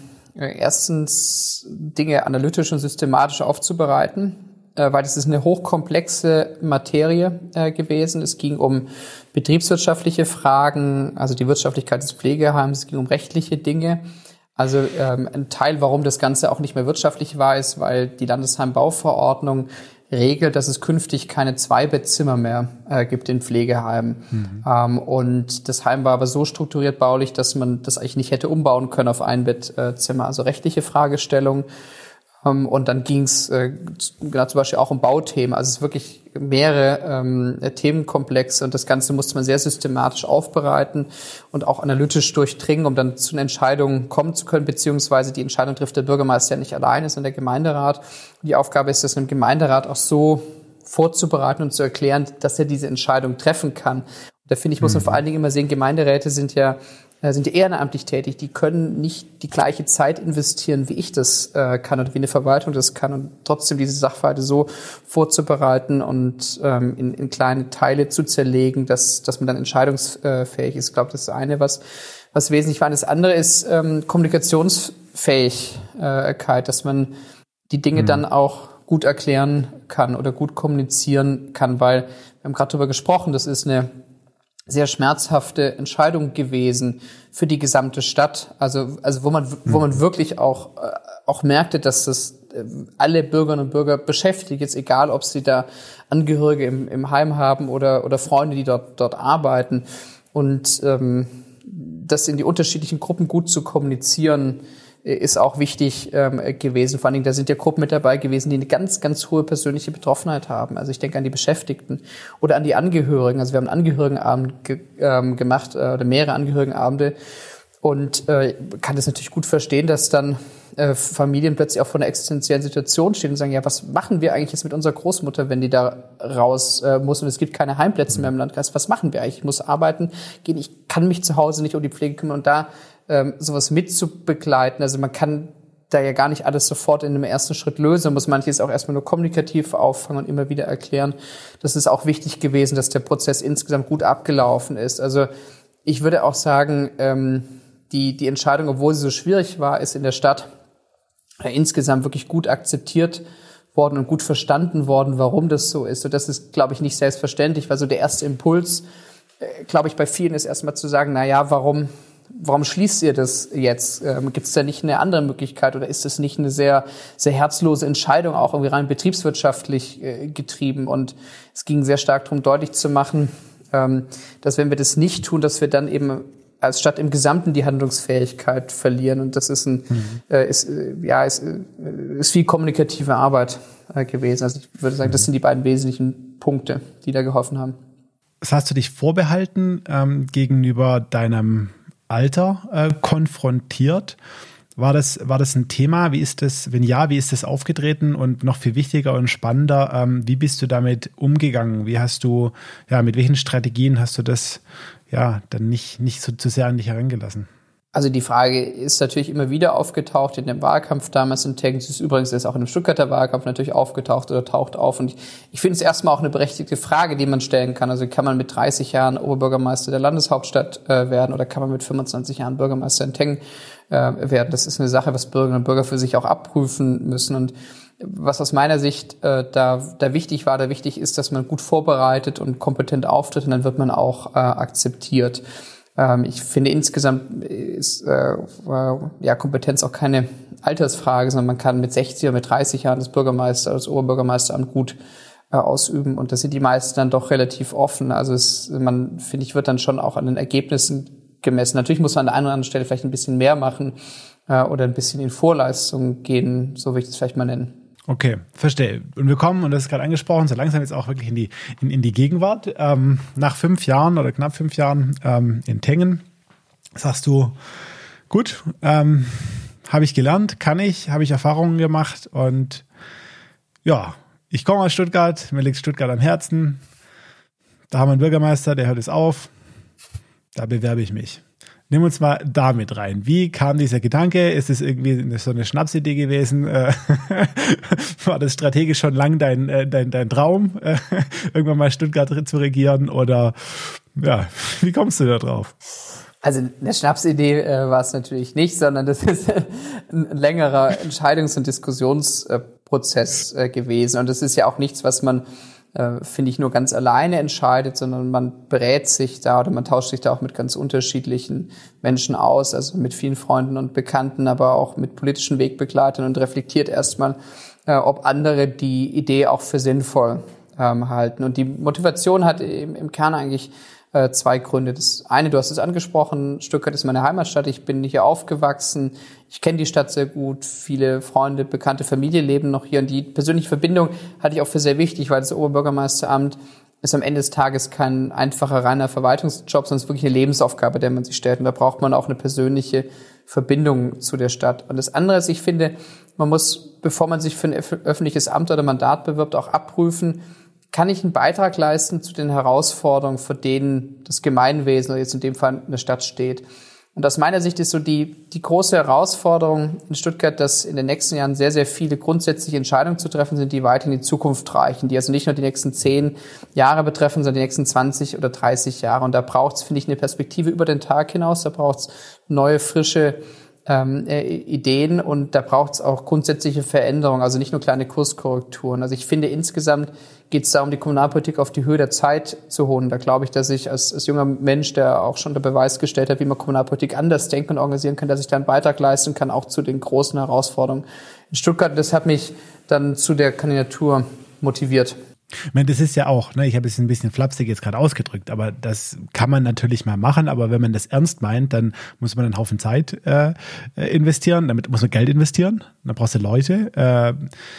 Erstens, Dinge analytisch und systematisch aufzubereiten, äh, weil das ist eine hochkomplexe Materie äh, gewesen. Es ging um betriebswirtschaftliche Fragen, also die Wirtschaftlichkeit des Pflegeheims, es ging um rechtliche Dinge. Also ähm, ein Teil, warum das Ganze auch nicht mehr wirtschaftlich war, ist, weil die Landesheimbauverordnung regelt, dass es künftig keine Zweibettzimmer mehr äh, gibt in Pflegeheimen. Mhm. Ähm, und das Heim war aber so strukturiert baulich, dass man das eigentlich nicht hätte umbauen können auf Einbettzimmer. Also rechtliche Fragestellungen. Ähm, und dann ging es äh, genau zum Beispiel auch um Bauthemen. Also es ist wirklich mehrere ähm, Themenkomplexe und das Ganze musste man sehr systematisch aufbereiten und auch analytisch durchdringen, um dann zu einer Entscheidung kommen zu können, beziehungsweise die Entscheidung trifft der Bürgermeister ja nicht alleine, sondern der Gemeinderat. Und die Aufgabe ist es, einem Gemeinderat auch so vorzubereiten und zu erklären, dass er diese Entscheidung treffen kann. Und da finde ich, muss man vor allen Dingen immer sehen, Gemeinderäte sind ja sind ja ehrenamtlich tätig, die können nicht die gleiche Zeit investieren, wie ich das äh, kann oder wie eine Verwaltung das kann und trotzdem diese Sachverhalte so vorzubereiten und ähm, in, in kleine Teile zu zerlegen, dass dass man dann entscheidungsfähig ist. Ich glaube, das ist das eine, was was wesentlich war. Das andere ist ähm, Kommunikationsfähigkeit, dass man die Dinge mhm. dann auch gut erklären kann oder gut kommunizieren kann, weil wir haben gerade darüber gesprochen, das ist eine sehr schmerzhafte Entscheidung gewesen für die gesamte Stadt. Also, also wo man, wo man wirklich auch, äh, auch merkte, dass das äh, alle Bürgerinnen und Bürger beschäftigt, jetzt egal, ob sie da Angehörige im, im Heim haben oder, oder Freunde, die dort, dort arbeiten. Und, ähm, das in die unterschiedlichen Gruppen gut zu kommunizieren, ist auch wichtig ähm, gewesen. Vor allen Dingen, da sind ja Gruppen mit dabei gewesen, die eine ganz, ganz hohe persönliche Betroffenheit haben. Also ich denke an die Beschäftigten oder an die Angehörigen. Also wir haben einen Angehörigenabend ge- ähm, gemacht äh, oder mehrere Angehörigenabende und äh, kann das natürlich gut verstehen, dass dann äh, Familien plötzlich auch vor einer existenziellen Situation stehen und sagen, ja, was machen wir eigentlich jetzt mit unserer Großmutter, wenn die da raus äh, muss und es gibt keine Heimplätze mehr im Landkreis? Was machen wir eigentlich? Ich muss arbeiten gehen, ich kann mich zu Hause nicht um die Pflege kümmern und da ähm, sowas mitzubegleiten. Also man kann da ja gar nicht alles sofort in einem ersten Schritt lösen. Man muss manches auch erstmal nur kommunikativ auffangen und immer wieder erklären. Das ist auch wichtig gewesen, dass der Prozess insgesamt gut abgelaufen ist. Also ich würde auch sagen, ähm, die, die Entscheidung, obwohl sie so schwierig war, ist in der Stadt äh, insgesamt wirklich gut akzeptiert worden und gut verstanden worden, warum das so ist. Und das ist, glaube ich, nicht selbstverständlich, weil so der erste Impuls, äh, glaube ich, bei vielen ist erstmal zu sagen, na ja, warum Warum schließt ihr das jetzt? Ähm, Gibt es da nicht eine andere Möglichkeit oder ist das nicht eine sehr, sehr herzlose Entscheidung, auch irgendwie rein betriebswirtschaftlich äh, getrieben? Und es ging sehr stark darum, deutlich zu machen, ähm, dass wenn wir das nicht tun, dass wir dann eben als Stadt im Gesamten die Handlungsfähigkeit verlieren. Und das ist ein, mhm. äh, ist, äh, ja, ist, äh, ist viel kommunikative Arbeit äh, gewesen. Also ich würde sagen, das sind die beiden wesentlichen Punkte, die da geholfen haben. Was hast du dich vorbehalten ähm, gegenüber deinem Alter äh, konfrontiert? War das, war das ein Thema? Wie ist das, wenn ja, wie ist das aufgetreten? Und noch viel wichtiger und spannender, ähm, wie bist du damit umgegangen? Wie hast du, ja, mit welchen Strategien hast du das ja dann nicht, nicht so zu sehr an dich herangelassen? Also die Frage ist natürlich immer wieder aufgetaucht in dem Wahlkampf damals in Teggens. Sie ist übrigens jetzt auch in dem Stuttgarter Wahlkampf natürlich aufgetaucht oder taucht auf. Und ich, ich finde es erstmal auch eine berechtigte Frage, die man stellen kann. Also kann man mit dreißig Jahren Oberbürgermeister der Landeshauptstadt äh, werden oder kann man mit fünfundzwanzig Jahren Bürgermeister in Teggen äh, werden? Das ist eine Sache, was Bürgerinnen und Bürger für sich auch abprüfen müssen. Und was aus meiner Sicht äh, da, da wichtig war, da wichtig ist, dass man gut vorbereitet und kompetent auftritt und dann wird man auch äh, akzeptiert. Ich finde, insgesamt ist äh, ja Kompetenz auch keine Altersfrage, sondern man kann mit sechzig oder mit dreißig Jahren das Bürgermeister, das Oberbürgermeisteramt gut äh, ausüben. Und da sind die meisten dann doch relativ offen. Also es, man, finde ich, wird dann schon auch an den Ergebnissen gemessen. Natürlich muss man an der einen oder anderen Stelle vielleicht ein bisschen mehr machen äh, oder ein bisschen in Vorleistung gehen, so will ich das vielleicht mal nennen. Okay, verstehe. Und wir kommen, und das ist gerade angesprochen, so langsam jetzt auch wirklich in die in, in die Gegenwart. Ähm, nach fünf Jahren oder knapp fünf Jahren ähm, in Teggen sagst du, gut, ähm, habe ich gelernt, kann ich, habe ich Erfahrungen gemacht und ja, ich komme aus Stuttgart, mir liegt Stuttgart am Herzen. Da haben wir einen Bürgermeister, der hört es auf. Da bewerbe ich mich. Nimm uns mal da mit rein. Wie kam dieser Gedanke? Ist es irgendwie so eine Schnapsidee gewesen? War das strategisch schon lang dein, dein, dein Traum, irgendwann mal Stuttgart zu regieren? Oder ja, wie kommst du da drauf? Also eine Schnapsidee äh, war es natürlich nicht, sondern das ist ein längerer Entscheidungs- und Diskussionsprozess äh, gewesen. Und das ist ja auch nichts, was man Äh, finde ich, nur ganz alleine entscheidet, sondern man berät sich da oder man tauscht sich da auch mit ganz unterschiedlichen Menschen aus, also mit vielen Freunden und Bekannten, aber auch mit politischen Wegbegleitern und reflektiert erstmal, äh, ob andere die Idee auch für sinnvoll ähm, halten. Und die Motivation hat im, im Kern eigentlich äh, zwei Gründe. Das eine, du hast es angesprochen, Stuttgart ist meine Heimatstadt, ich bin hier aufgewachsen, ich kenne die Stadt sehr gut, viele Freunde, bekannte Familie leben noch hier und die persönliche Verbindung halte ich auch für sehr wichtig, weil das Oberbürgermeisteramt ist am Ende des Tages kein einfacher, reiner Verwaltungsjob, sondern es ist wirklich eine Lebensaufgabe, der man sich stellt und da braucht man auch eine persönliche Verbindung zu der Stadt. Und das andere ist, ich finde, man muss, bevor man sich für ein öffentliches Amt oder Mandat bewirbt, auch abprüfen, kann ich einen Beitrag leisten zu den Herausforderungen, vor denen das Gemeinwesen oder jetzt in dem Fall eine Stadt steht. Und aus meiner Sicht ist so die, die große Herausforderung in Stuttgart, dass in den nächsten Jahren sehr, sehr viele grundsätzliche Entscheidungen zu treffen sind, die weit in die Zukunft reichen, die also nicht nur die nächsten zehn Jahre betreffen, sondern die nächsten zwanzig oder dreißig Jahre. Und da braucht es, finde ich, eine Perspektive über den Tag hinaus, da braucht es neue, frische Ähm, äh, Ideen und da braucht es auch grundsätzliche Veränderungen, also nicht nur kleine Kurskorrekturen. Also ich finde, insgesamt geht es darum, die Kommunalpolitik auf die Höhe der Zeit zu holen. Da glaube ich, dass ich als, als junger Mensch, der auch schon der Beweis gestellt hat, wie man Kommunalpolitik anders denken und organisieren kann, dass ich da einen Beitrag leisten kann, auch zu den großen Herausforderungen in Stuttgart. Das hat mich dann zu der Kandidatur motiviert. Ich meine, das ist ja auch, ne, ich habe es ein bisschen flapsig jetzt gerade ausgedrückt, aber das kann man natürlich mal machen, aber wenn man das ernst meint, dann muss man einen Haufen Zeit äh, investieren, damit muss man Geld investieren, dann brauchst du Leute. Äh,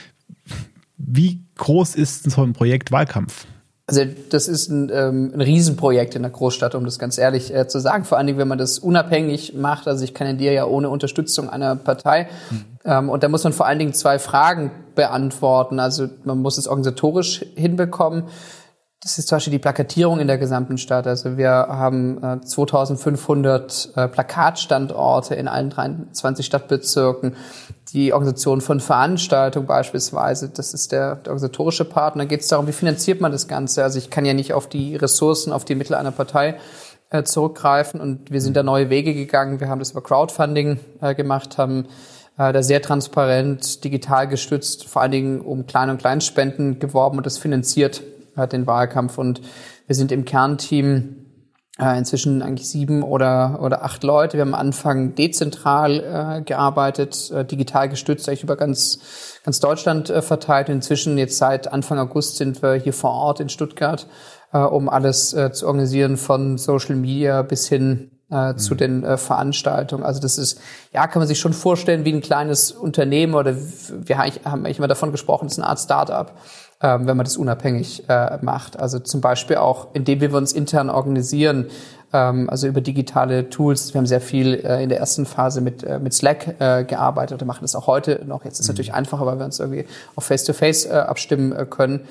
wie groß ist so ein Projekt Wahlkampf? Also das ist ein, ähm, ein Riesenprojekt in der Großstadt, um das ganz ehrlich äh, zu sagen. Vor allen Dingen, wenn man das unabhängig macht. Also ich kandidiere ja ohne Unterstützung einer Partei. Mhm. Ähm, und da muss man vor allen Dingen zwei Fragen beantworten. Also man muss es organisatorisch hinbekommen. Das ist zum Beispiel die Plakatierung in der gesamten Stadt. Also wir haben äh, zweitausendfünfhundert äh, Plakatstandorte in allen dreiundzwanzig Stadtbezirken. Die Organisation von Veranstaltungen beispielsweise, das ist der, der organisatorische Part. Und dann geht es darum, wie finanziert man das Ganze. Also ich kann ja nicht auf die Ressourcen, auf die Mittel einer Partei äh, zurückgreifen. Und wir sind da neue Wege gegangen. Wir haben das über Crowdfunding äh, gemacht, haben äh, da sehr transparent, digital gestützt, vor allen Dingen um Klein- und Kleinspenden geworben und das finanziert äh, den Wahlkampf. Und wir sind im Kernteam Äh, inzwischen eigentlich sieben oder oder acht Leute. Wir haben am Anfang dezentral äh, gearbeitet, äh, digital gestützt, eigentlich über ganz ganz Deutschland äh, verteilt. Und inzwischen jetzt seit Anfang August sind wir hier vor Ort in Stuttgart, äh, um alles äh, zu organisieren, von Social Media bis hin äh, mhm. zu den äh, Veranstaltungen. Also das ist, ja, kann man sich schon vorstellen wie ein kleines Unternehmen oder wir haben eigentlich immer davon gesprochen, das ist eine Art Start-up, wenn man das unabhängig äh, macht. Also zum Beispiel auch, indem wir uns intern organisieren, ähm, also über digitale Tools. Wir haben sehr viel äh, in der ersten Phase mit äh, mit Slack äh, gearbeitet und machen das auch heute noch. Jetzt ist es mhm. natürlich einfacher, weil wir uns irgendwie auch Face-to-Face äh, abstimmen äh, können.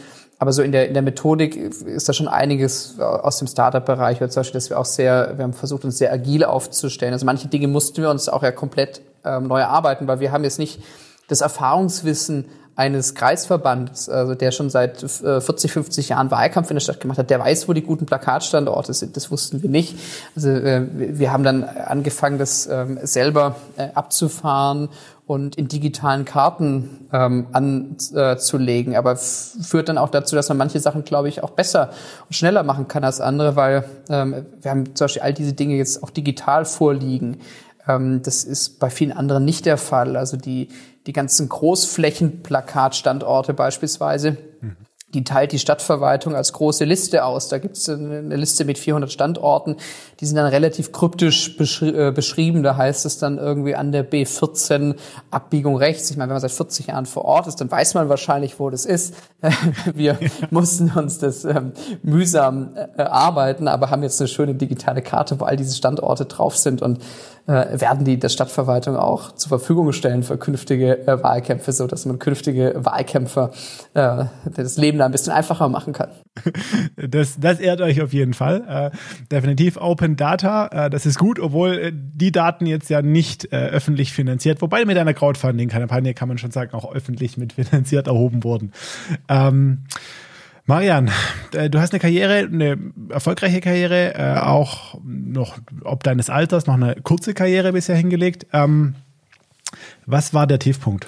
aber so in der in der Methodik ist da schon einiges aus dem Startup-Bereich, oder zum Beispiel, dass wir auch sehr, wir haben versucht, uns sehr agil aufzustellen. Also manche Dinge mussten wir uns auch ja komplett ähm, neu erarbeiten, weil wir haben jetzt nicht das Erfahrungswissen eines Kreisverbandes, also der schon seit vierzig, fünfzig Jahren Wahlkampf in der Stadt gemacht hat, der weiß, wo die guten Plakatstandorte sind. Das wussten wir nicht. Also äh, wir haben dann angefangen, das ähm, selber äh, abzufahren und in digitalen Karten ähm, anzulegen. Aber f- führt dann auch dazu, dass man manche Sachen, glaube ich, auch besser und schneller machen kann als andere, weil ähm, wir haben zum Beispiel all diese Dinge jetzt auch digital vorliegen. Ähm, das ist bei vielen anderen nicht der Fall. Also die die ganzen Großflächenplakatstandorte beispielsweise, mhm. die teilt die Stadtverwaltung als große Liste aus. Da gibt es eine Liste mit vierhundert Standorten. Die sind dann relativ kryptisch beschri- äh, beschrieben. Da heißt es dann irgendwie an der B vierzehn Abbiegung rechts. Ich meine, wenn man seit vierzig Jahren vor Ort ist, dann weiß man wahrscheinlich, wo das ist. Wir ja. mussten uns das ähm, mühsam äh, erarbeiten, aber haben jetzt eine schöne digitale Karte, wo all diese Standorte drauf sind, und äh, werden die der Stadtverwaltung auch zur Verfügung stellen für künftige äh, Wahlkämpfe, so dass man künftige Wahlkämpfer äh, das Leben da ein bisschen einfacher machen kann. Das, das ehrt euch auf jeden Fall. Äh, definitiv Open Data, äh, das ist gut, obwohl äh, die Daten jetzt ja nicht äh, öffentlich finanziert, wobei mit einer Crowdfunding-Kampagne kann man schon sagen, auch öffentlich mitfinanziert erhoben wurden. Ähm, Marian, äh, du hast eine Karriere, eine erfolgreiche Karriere, äh, auch noch ob deines Alters, noch eine kurze Karriere bisher hingelegt. Ähm, was war der Tiefpunkt?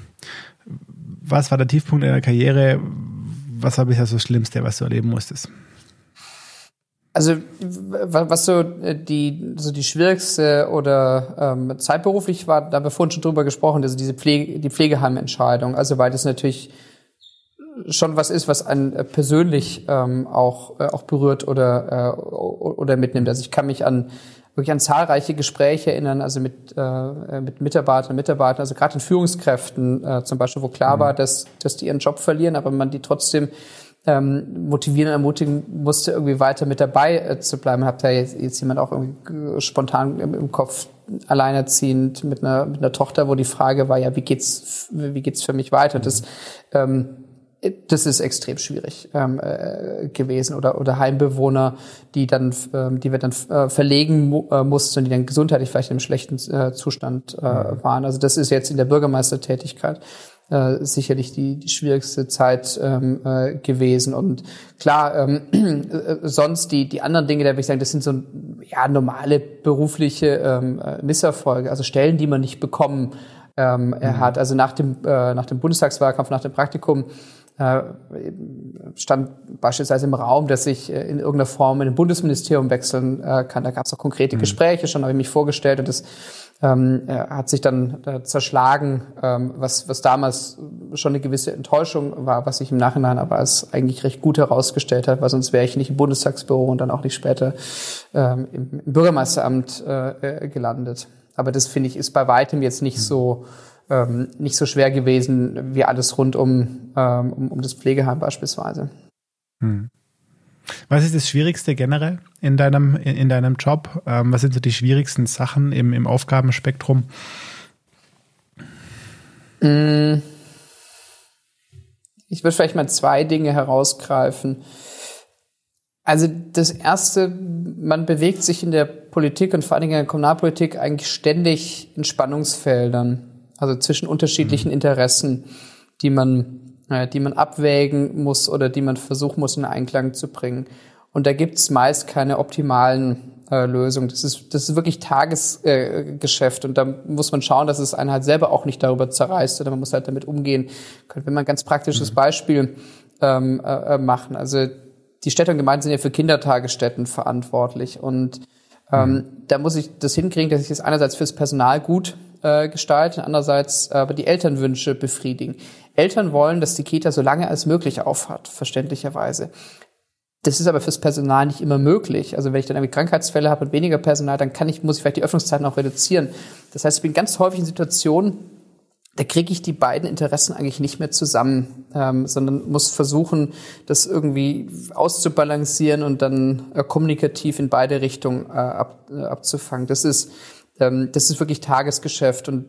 Was war der Tiefpunkt in deiner Karriere? Was war bisher so das Schlimmste, was du erleben musstest? Also was so die so die schwierigste oder ähm, zeitberuflich war, da haben wir vorhin schon drüber gesprochen, also diese Pflege, die Pflegeheimentscheidung. Also weil das natürlich schon was ist, was einen persönlich ähm, auch äh, auch berührt oder äh, oder mitnimmt. Also ich kann mich an wirklich an zahlreiche Gespräche erinnern, also mit äh, mit Mitarbeitern und Mitarbeitern, also gerade in Führungskräften äh, zum Beispiel, wo klar war, dass dass die ihren Job verlieren, aber man die trotzdem ähm, motivieren und ermutigen musste, irgendwie weiter mit dabei äh, zu bleiben. Habt da jetzt, jetzt jemand auch irgendwie spontan im, im Kopf, alleinerziehend mit einer mit einer Tochter, wo die Frage war, ja, wie geht's wie geht's für mich weiter? Das ähm, Das ist extrem schwierig ähm, äh, gewesen, oder oder Heimbewohner, die dann, ähm, die wir dann äh, verlegen mu- äh, mussten und die dann gesundheitlich vielleicht in einem schlechten äh, Zustand äh, waren. Also das ist jetzt in der Bürgermeistertätigkeit äh, sicherlich die die schwierigste Zeit ähm, äh, gewesen. Und klar, ähm, äh, sonst die die anderen Dinge, da würde ich sagen, das sind so ja normale berufliche ähm, Misserfolge, also Stellen, die man nicht bekommen ähm, er hat. Also nach dem äh, nach dem Bundestagswahlkampf, nach dem Praktikum Äh, stand beispielsweise im Raum, dass ich äh, in irgendeiner Form in ein Bundesministerium wechseln äh, kann. Da gab es auch konkrete mhm. Gespräche, schon habe ich mich vorgestellt, und das ähm, äh, hat sich dann äh, zerschlagen, ähm, was was damals schon eine gewisse Enttäuschung war, was sich im Nachhinein aber als eigentlich recht gut herausgestellt hat, weil sonst wäre ich nicht im Bundestagsbüro und dann auch nicht später ähm, im, im Bürgermeisteramt äh, gelandet. Aber das, finde ich, ist bei weitem jetzt nicht mhm. so Ähm, nicht so schwer gewesen wie alles rund um, ähm, um, um das Pflegeheim beispielsweise. Hm. Was ist das Schwierigste generell in deinem, in, in deinem Job? Ähm, was sind so die schwierigsten Sachen im, im Aufgabenspektrum? Ich würde vielleicht mal zwei Dinge herausgreifen. Also das Erste, man bewegt sich in der Politik und vor allen Dingen in der Kommunalpolitik eigentlich ständig in Spannungsfeldern. Also zwischen unterschiedlichen Interessen, die man, äh, die man abwägen muss oder die man versuchen muss, in Einklang zu bringen. Und da gibt's meist keine optimalen äh, Lösungen. Das ist, das ist wirklich Tagesgeschäft. Äh, und da muss man schauen, dass es einen halt selber auch nicht darüber zerreißt, oder man muss halt damit umgehen können. Wenn man ein ganz praktisches mhm. Beispiel ähm, äh, machen. Also die Städte und Gemeinden sind ja für Kindertagesstätten verantwortlich. Und ähm, mhm. da muss ich das hinkriegen, dass ich das einerseits fürs Personal gut gestalten, andererseits aber die Elternwünsche befriedigen. Eltern wollen, dass die Kita so lange als möglich aufhat, verständlicherweise. Das ist aber fürs Personal nicht immer möglich. Also wenn ich dann irgendwie Krankheitsfälle habe und weniger Personal, dann kann ich, muss ich vielleicht die Öffnungszeiten auch reduzieren. Das heißt, ich bin ganz häufig in Situationen, da kriege ich die beiden Interessen eigentlich nicht mehr zusammen, ähm, sondern muss versuchen, das irgendwie auszubalancieren und dann äh, kommunikativ in beide Richtungen äh, ab, äh, abzufangen. Das ist Das ist wirklich Tagesgeschäft, und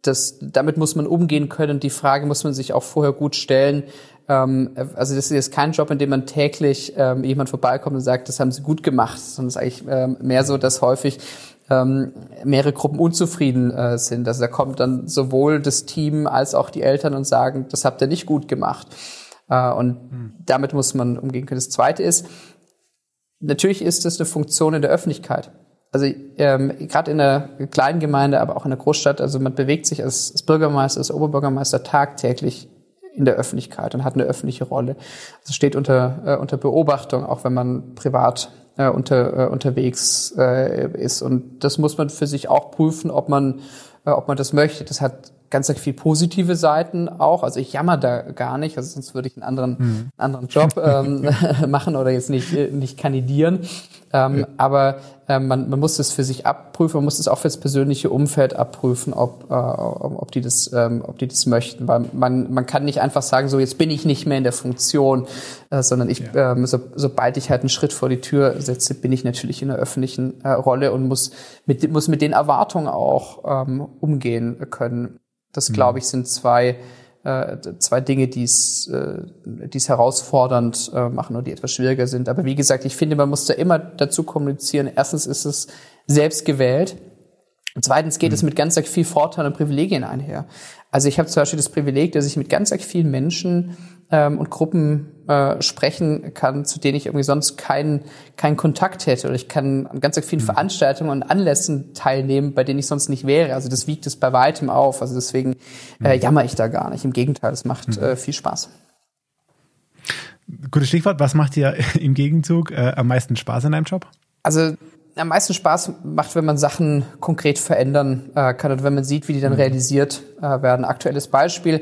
das, damit muss man umgehen können. Die Frage muss man sich auch vorher gut stellen. Ähm, also das ist jetzt kein Job, in dem man täglich ähm, jemand vorbeikommt und sagt, das haben sie gut gemacht, sondern es ist eigentlich ähm, mehr so, dass häufig ähm, mehrere Gruppen unzufrieden äh, sind. Also da kommt dann sowohl das Team als auch die Eltern und sagen, das habt ihr nicht gut gemacht. Äh, und hm. damit muss man umgehen können. Das Zweite ist, natürlich ist das eine Funktion in der Öffentlichkeit. Also ähm, gerade in einer kleinen Gemeinde, aber auch in der Großstadt, also man bewegt sich als, als Bürgermeister, als Oberbürgermeister tagtäglich in der Öffentlichkeit und hat eine öffentliche Rolle. Also steht unter äh, unter Beobachtung, auch wenn man privat äh, unter äh, unterwegs äh, ist. Und das muss man für sich auch prüfen, ob man äh, ob man das möchte. Das hat ganz viel positive Seiten auch. Also ich jammer da gar nicht, also sonst würde ich einen anderen, mhm. einen anderen Job ähm, machen oder jetzt nicht, nicht kandidieren. Ähm, ja. Aber ähm, man, man muss das für sich abprüfen, man muss das auch für das persönliche Umfeld abprüfen, ob, äh, ob die das, ähm, ob die das möchten. Weil man, man kann nicht einfach sagen, so jetzt bin ich nicht mehr in der Funktion, äh, sondern ich, ja. ähm, so, sobald ich halt einen Schritt vor die Tür setze, bin ich natürlich in der öffentlichen äh, Rolle und muss mit, muss mit den Erwartungen auch ähm, umgehen können. Das, glaube ich, sind zwei, äh, zwei Dinge, die es äh, die es herausfordernd äh, machen oder die etwas schwieriger sind. Aber wie gesagt, ich finde, man muss da immer dazu kommunizieren. Erstens ist es selbst gewählt. Und zweitens geht mhm. es mit ganz viel Vorteilen und Privilegien einher. Also ich habe zum Beispiel das Privileg, dass ich mit ganz vielen Menschen ähm, und Gruppen äh, sprechen kann, zu denen ich irgendwie sonst keinen keinen Kontakt hätte. Oder ich kann an ganz vielen mhm. Veranstaltungen und Anlässen teilnehmen, bei denen ich sonst nicht wäre. Also das wiegt es bei weitem auf. Also deswegen äh, jammer ich da gar nicht. Im Gegenteil, es macht mhm. äh, viel Spaß. Gutes Stichwort. Was macht dir im Gegenzug äh, am meisten Spaß in deinem Job? Also am meisten Spaß macht, wenn man Sachen konkret verändern äh, kann und wenn man sieht, wie die dann mhm. realisiert äh, werden. Aktuelles Beispiel,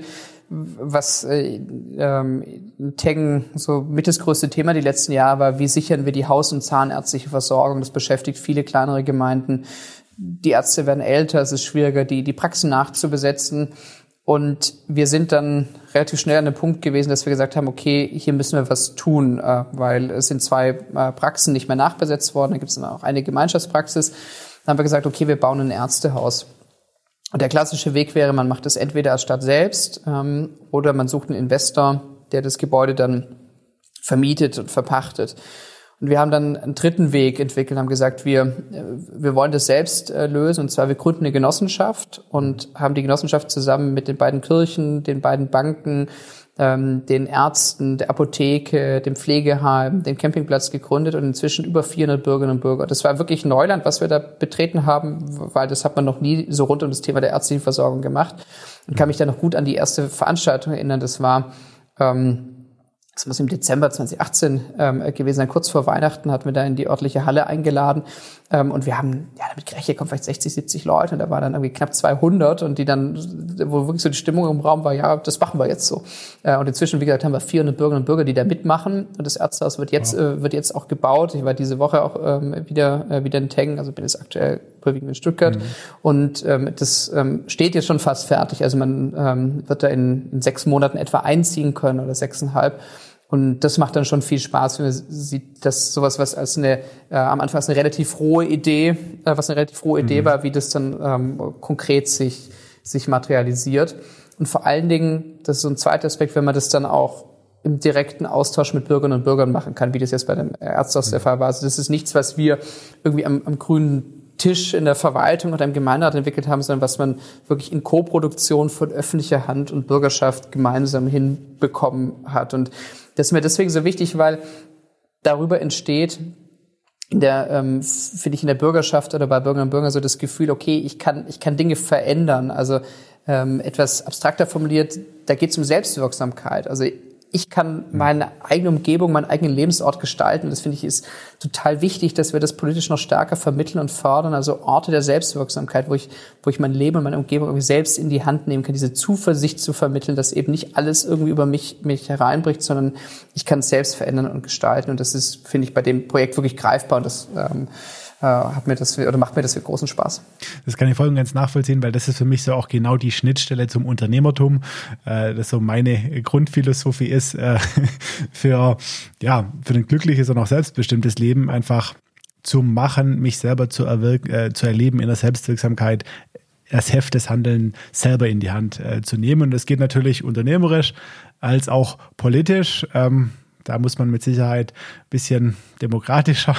was äh, ähm, in Teggen so mit das größte Thema die letzten Jahre war, wie sichern wir die haus- und zahnärztliche Versorgung. Das beschäftigt viele kleinere Gemeinden. Die Ärzte werden älter, es ist schwieriger, die, die Praxen nachzubesetzen. Und wir sind dann relativ schnell an dem Punkt gewesen, dass wir gesagt haben, okay, hier müssen wir was tun, äh, weil es sind zwei äh, Praxen nicht mehr nachbesetzt worden. Da gibt es dann auch eine Gemeinschaftspraxis. Dann haben wir gesagt, okay, wir bauen ein Ärztehaus. Und der klassische Weg wäre, man macht das entweder als Stadt selbst ähm, oder man sucht einen Investor, der das Gebäude dann vermietet und verpachtet. Und wir haben dann einen dritten Weg entwickelt, haben gesagt, wir wir wollen das selbst äh, lösen. Und zwar, wir gründen eine Genossenschaft und haben die Genossenschaft zusammen mit den beiden Kirchen, den beiden Banken, ähm, den Ärzten, der Apotheke, dem Pflegeheim, den Campingplatz gegründet und inzwischen über vierhundert Bürgerinnen und Bürger. Das war wirklich Neuland, was wir da betreten haben, weil das hat man noch nie so rund um das Thema der ärztlichen Versorgung gemacht. Und kann mich da noch gut an die erste Veranstaltung erinnern. Das war ähm, Das muss im Dezember zwanzig achtzehn ähm, gewesen sein. Kurz vor Weihnachten hatten wir da in die örtliche Halle eingeladen. Ähm, und wir haben ja damit gerechnet, kommen vielleicht sechzig, siebzig Leute. Und da war dann irgendwie knapp zweihundert. Und die dann, wo wirklich so die Stimmung im Raum war, ja, das machen wir jetzt so. Äh, und inzwischen, wie gesagt, haben wir vierhundert Bürgerinnen und Bürger, die da mitmachen. Und das Ärztehaus wird jetzt, wow. äh, wird jetzt auch gebaut. Ich war diese Woche auch ähm, wieder, äh, wieder in Teggen. Also bin jetzt aktuell überwiegend in Stuttgart. Mhm. Und ähm, das ähm, steht jetzt schon fast fertig. Also man ähm, wird da in, in sechs Monaten etwa einziehen können oder sechseinhalb. Und das macht dann schon viel Spaß, wenn man sieht, dass sowas, was als eine äh, am Anfang als eine relativ rohe Idee, äh, was eine relativ rohe Idee mhm. war, wie das dann ähm, konkret sich sich materialisiert. Und vor allen Dingen, das ist so ein zweiter Aspekt, wenn man das dann auch im direkten Austausch mit Bürgerinnen und Bürgern machen kann, wie das jetzt bei dem Ärztehaus der Fall war. Also das ist nichts, was wir irgendwie am, am grünen Tisch in der Verwaltung oder im Gemeinderat entwickelt haben, sondern was man wirklich in Koproduktion von öffentlicher Hand und Bürgerschaft gemeinsam hinbekommen hat. Und das ist mir deswegen so wichtig, weil darüber entsteht in der, ähm, finde ich, in der Bürgerschaft oder bei Bürgerinnen und Bürgern so das Gefühl, okay, ich kann, ich kann Dinge verändern. Also ähm, etwas abstrakter formuliert, da geht es um Selbstwirksamkeit. Also ich kann meine eigene Umgebung, meinen eigenen Lebensort gestalten. Das finde ich ist total wichtig, dass wir das politisch noch stärker vermitteln und fördern. Also Orte der Selbstwirksamkeit, wo ich, wo ich mein Leben und meine Umgebung irgendwie selbst in die Hand nehmen kann, diese Zuversicht zu vermitteln, dass eben nicht alles irgendwie über mich, mich hereinbricht, sondern ich kann es selbst verändern und gestalten. Und das ist, finde ich, bei dem Projekt wirklich greifbar. Und das, ähm, hat mir das oder macht mir das für großen Spaß. Das kann ich voll und ganz nachvollziehen, weil das ist für mich so auch genau die Schnittstelle zum Unternehmertum, äh, das so meine Grundphilosophie ist, äh, für ja für ein glückliches und auch selbstbestimmtes Leben einfach zu machen, mich selber zu, erwirken, äh, zu erleben in der Selbstwirksamkeit, das Heft des Handelns selber in die Hand äh, zu nehmen. Und das geht natürlich unternehmerisch als auch politisch. Ähm, da muss man mit Sicherheit ein bisschen demokratischer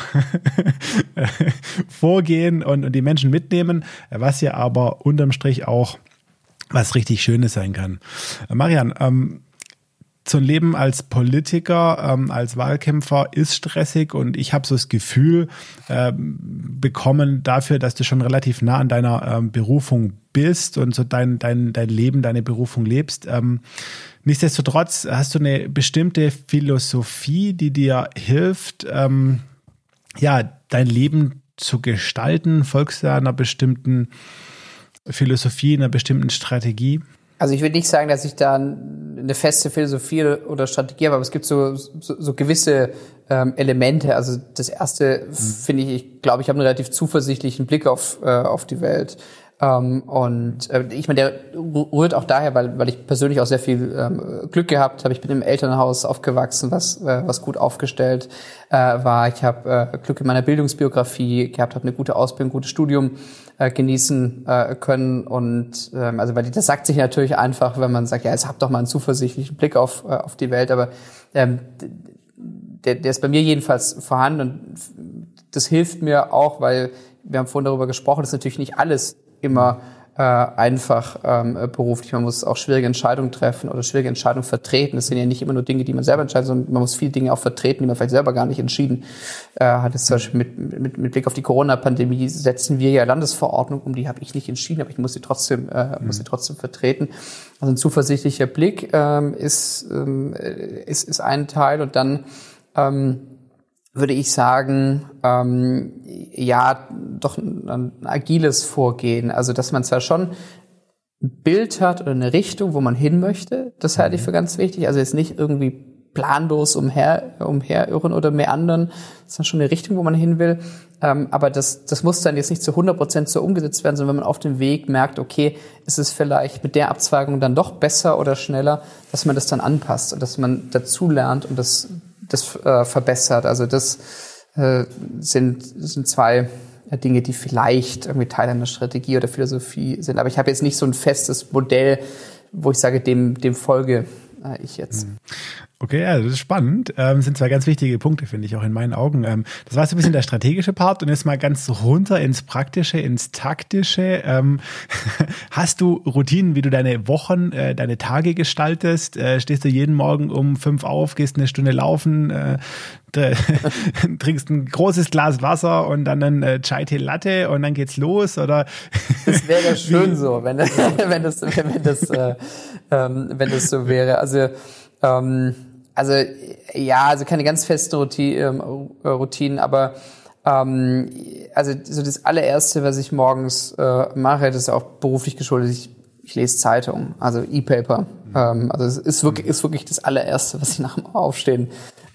vorgehen und, und die Menschen mitnehmen, was ja aber unterm Strich auch was richtig Schönes sein kann. Äh, Marian, ähm, so ein Leben als Politiker, ähm, als Wahlkämpfer ist stressig und ich habe so das Gefühl äh, bekommen dafür, dass du schon relativ nah an deiner ähm, Berufung bist und so dein, dein, dein Leben, deine Berufung lebst. Ähm, nichtsdestotrotz hast du eine bestimmte Philosophie, die dir hilft, ähm, ja, dein Leben zu gestalten. Folgst du einer bestimmten Philosophie, einer bestimmten Strategie? Also ich würde nicht sagen, dass ich da eine feste Philosophie oder Strategie habe, aber es gibt so, so, so gewisse ähm, Elemente. Also das erste mhm. finde ich, ich glaube, ich habe einen relativ zuversichtlichen Blick auf, äh, auf die Welt. Ähm, und äh, ich meine, der rührt auch daher, weil, weil ich persönlich auch sehr viel ähm, Glück gehabt habe. Ich bin im Elternhaus aufgewachsen, was, äh, was gut aufgestellt äh, war. Ich habe äh, Glück in meiner Bildungsbiografie gehabt, habe eine gute Ausbildung, ein gutes Studium äh, genießen äh, können. Und ähm, also weil das sagt sich natürlich einfach, wenn man sagt, ja, jetzt hab doch mal einen zuversichtlichen Blick auf, äh, auf die Welt. Aber ähm, der, der ist bei mir jedenfalls vorhanden. Und das hilft mir auch, weil wir haben vorhin darüber gesprochen, das ist natürlich nicht alles immer äh, einfach ähm, beruflich. Man muss auch schwierige Entscheidungen treffen oder schwierige Entscheidungen vertreten. Das sind ja nicht immer nur Dinge, die man selber entscheidet, sondern man muss viele Dinge auch vertreten, die man vielleicht selber gar nicht entschieden äh, hat. Jetzt zum Beispiel mit, mit, mit Blick auf die Corona-Pandemie setzen wir ja Landesverordnung um, die habe ich nicht entschieden, aber ich muss sie trotzdem, äh, muss sie trotzdem vertreten. Also ein zuversichtlicher Blick ähm, ist, ähm, ist, ist ein Teil und dann ähm, würde ich sagen, ähm, ja, doch ein, ein agiles Vorgehen. Also, dass man zwar schon ein Bild hat oder eine Richtung, wo man hin möchte, das halte ich für ganz wichtig. Also jetzt nicht irgendwie planlos umher, umherirren oder meandern, sondern schon eine Richtung, wo man hin will. Ähm, aber das, das muss dann jetzt nicht zu hundert Prozent so umgesetzt werden, sondern wenn man auf dem Weg merkt, okay, ist es vielleicht mit der Abzweigung dann doch besser oder schneller, dass man das dann anpasst und dass man dazu lernt und das das äh, verbessert. Also das äh, sind, sind zwei äh, Dinge, die vielleicht irgendwie Teil einer Strategie oder Philosophie sind. Aber ich habe jetzt nicht so ein festes Modell, wo ich sage, dem, dem folge äh, ich jetzt. Okay, ja, das ist spannend. Ähm, sind zwei ganz wichtige Punkte, finde ich, auch in meinen Augen. Ähm, das war so ein bisschen der strategische Part und jetzt mal ganz runter ins Praktische, ins Taktische. Ähm, hast du Routinen, wie du deine Wochen, äh, deine Tage gestaltest? Äh, stehst du jeden Morgen um fünf auf, gehst eine Stunde laufen, äh, trinkst ein großes Glas Wasser und dann ein äh, Chai Tee Latte und dann geht's los? Oder das wäre schön so, wenn, wenn das, wenn das, äh, ähm, wenn das so wäre. Also ähm, Also ja, also keine ganz festen Routinen, aber ähm, also so das allererste, was ich morgens äh, mache, das ist auch beruflich geschuldet. Ich, ich lese Zeitung, also E-Paper. Mhm. Ähm, also es ist wirklich, ist wirklich das allererste, was ich nach dem Aufstehen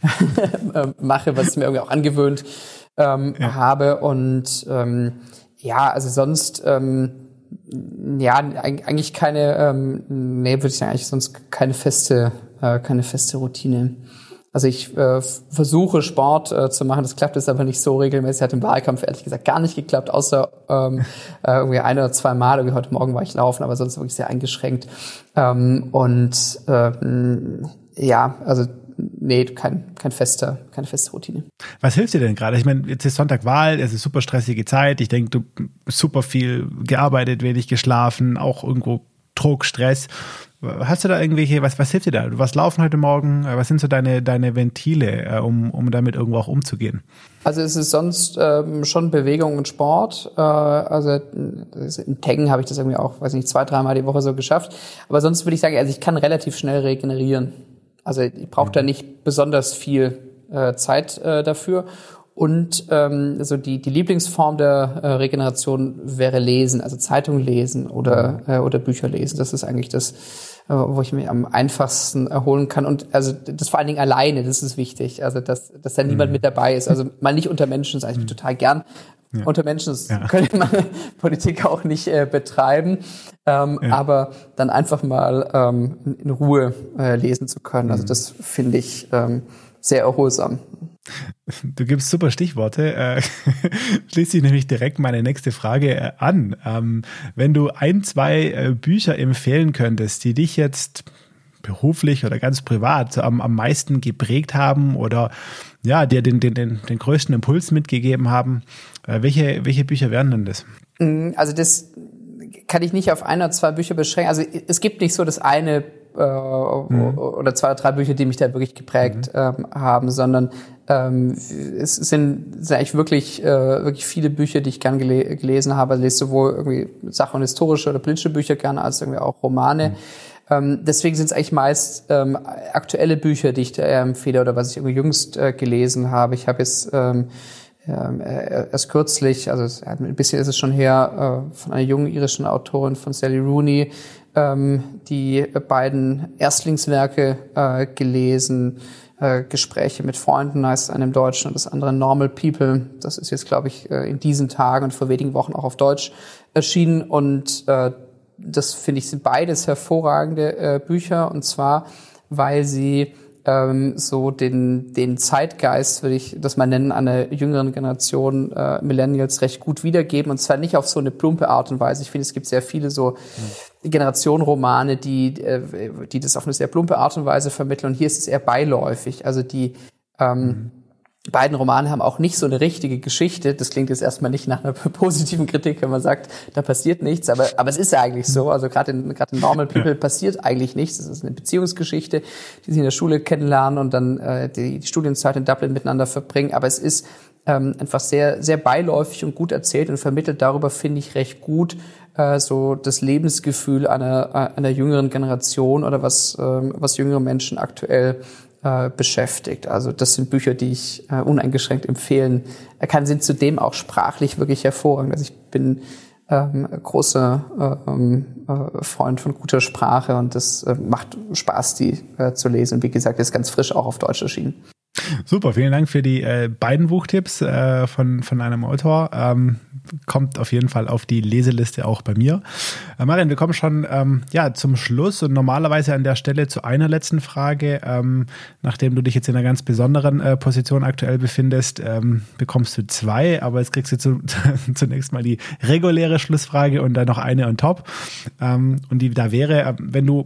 mache, was ich mir irgendwie auch angewöhnt ähm, ja. habe. Und ähm, ja, also sonst ähm, ja eigentlich keine, ähm, nee, würde ich sagen, eigentlich sonst keine feste keine feste Routine. Also ich äh, versuche Sport äh, zu machen, das klappt jetzt aber nicht so regelmäßig. Hat im Wahlkampf ehrlich gesagt gar nicht geklappt, außer ähm, äh, irgendwie ein oder zwei Mal. Irgendwie heute Morgen war ich laufen, aber sonst wirklich sehr eingeschränkt. Ähm, und ähm, ja, also nee, kein, kein fester, keine feste Routine. Was hilft dir denn gerade? Ich meine, jetzt ist Sonntag Wahl, es ist super stressige Zeit. Ich denke, du super viel gearbeitet, wenig geschlafen, auch irgendwo Druck, Stress. Hast du da irgendwelche, was, was hilft dir da? Du warst laufen heute Morgen, was sind so deine, deine Ventile, um, um damit irgendwo auch umzugehen? Also es ist sonst ähm, schon Bewegung und Sport. Äh, also in Tengen habe ich das irgendwie auch, weiß nicht, zwei, dreimal die Woche so geschafft. Aber sonst würde ich sagen, also ich kann relativ schnell regenerieren. Also ich brauche mhm. da nicht besonders viel äh, Zeit äh, dafür. Und ähm, also die die Lieblingsform der äh, Regeneration wäre Lesen, also Zeitung lesen oder äh, oder Bücher lesen. Das ist eigentlich das, äh, wo ich mich am einfachsten erholen kann. Und also das vor allen Dingen alleine, das ist wichtig. Also dass dass da niemand mhm. mit dabei ist. Also mal nicht unter Menschen, das sage ich mhm. total gern. Ja. Unter Menschen das ja. könnte man Politik auch nicht äh, betreiben, ähm, ja. aber dann einfach mal ähm, in, in Ruhe äh, lesen zu können. Also das finde ich ähm, sehr erholsam. Du gibst super Stichworte. Äh, schließt sich nämlich direkt meine nächste Frage äh, an. Ähm, wenn du ein, zwei äh, Bücher empfehlen könntest, die dich jetzt beruflich oder ganz privat am, am meisten geprägt haben oder ja, dir den, den, den, den größten Impuls mitgegeben haben, äh, welche, welche Bücher wären denn das? Also das kann ich nicht auf ein oder zwei Bücher beschränken. Also es gibt nicht so das eine äh, mhm. oder zwei oder drei Bücher, die mich da wirklich geprägt mhm. ähm, haben, sondern ähm, es sind, sind eigentlich wirklich, äh, wirklich viele Bücher, die ich gern gele- gelesen habe. Ich lese sowohl irgendwie Sach- und historische oder politische Bücher gerne, als irgendwie auch Romane. Mhm. Ähm, deswegen sind es eigentlich meist ähm, aktuelle Bücher, die ich da empfehle oder was ich irgendwie jüngst äh, gelesen habe. Ich habe jetzt ähm, äh, erst kürzlich, also ein bisschen ist es schon her, äh, von einer jungen irischen Autorin, von Sally Rooney, ähm, die beiden Erstlingswerke äh, gelesen. Äh, Gespräche mit Freunden heißt einem Deutschen und das andere Normal People. Das ist jetzt, glaube ich, äh, in diesen Tagen und vor wenigen Wochen auch auf Deutsch erschienen und äh, das finde ich sind beides hervorragende äh, Bücher und zwar, weil sie ähm, so den den Zeitgeist, würde ich das mal nennen, einer jüngeren Generation äh, Millennials recht gut wiedergeben und zwar nicht auf so eine plumpe Art und Weise. Ich finde, es gibt sehr viele so mhm. Generationenromane, die äh, die das auf eine sehr plumpe Art und Weise vermitteln und hier ist es eher beiläufig. Also die ähm, mhm. beiden Romane haben auch nicht so eine richtige Geschichte. Das klingt jetzt erstmal nicht nach einer positiven Kritik, wenn man sagt, da passiert nichts. Aber, aber es ist ja eigentlich so. Also gerade in, gerade in Normal People passiert eigentlich nichts. Es ist eine Beziehungsgeschichte, die sich in der Schule kennenlernen und dann äh, die, die Studienzeit in Dublin miteinander verbringen. Aber es ist ähm, einfach sehr, sehr beiläufig und gut erzählt und vermittelt darüber, finde ich, recht gut äh, so das Lebensgefühl einer, einer jüngeren Generation oder was, ähm, was jüngere Menschen aktuell Äh, beschäftigt. Also das sind Bücher, die ich äh, uneingeschränkt empfehlen kann, sind zudem auch sprachlich wirklich hervorragend. Also ich bin ähm, großer ähm, äh, Freund von guter Sprache und das äh, macht Spaß, die äh, zu lesen. Und wie gesagt, ist ganz frisch auch auf Deutsch erschienen. Super, vielen Dank für die äh, beiden Buchtipps äh, von, von einem Autor. Ähm, kommt auf jeden Fall auf die Leseliste auch bei mir. Äh, Marian, wir kommen schon ähm, ja, zum Schluss und normalerweise an der Stelle zu einer letzten Frage. Ähm, nachdem du dich jetzt in einer ganz besonderen äh, Position aktuell befindest, ähm, bekommst du zwei, aber jetzt kriegst du zu, zunächst mal die reguläre Schlussfrage und dann noch eine on top. Ähm, und die da wäre, äh, wenn du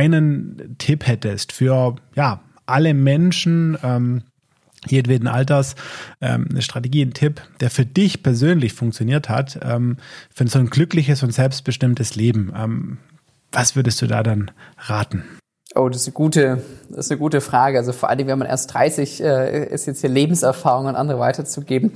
einen Tipp hättest für, ja, alle Menschen, ähm, jedweden Alters, ähm, eine Strategie, ein Tipp, der für dich persönlich funktioniert hat, ähm, für so ein glückliches und selbstbestimmtes Leben. Ähm, was würdest du da dann raten? Oh, das ist eine gute, das ist eine gute Frage. Also vor allem, wenn man erst dreißig äh, ist, jetzt hier Lebenserfahrung an andere weiterzugeben.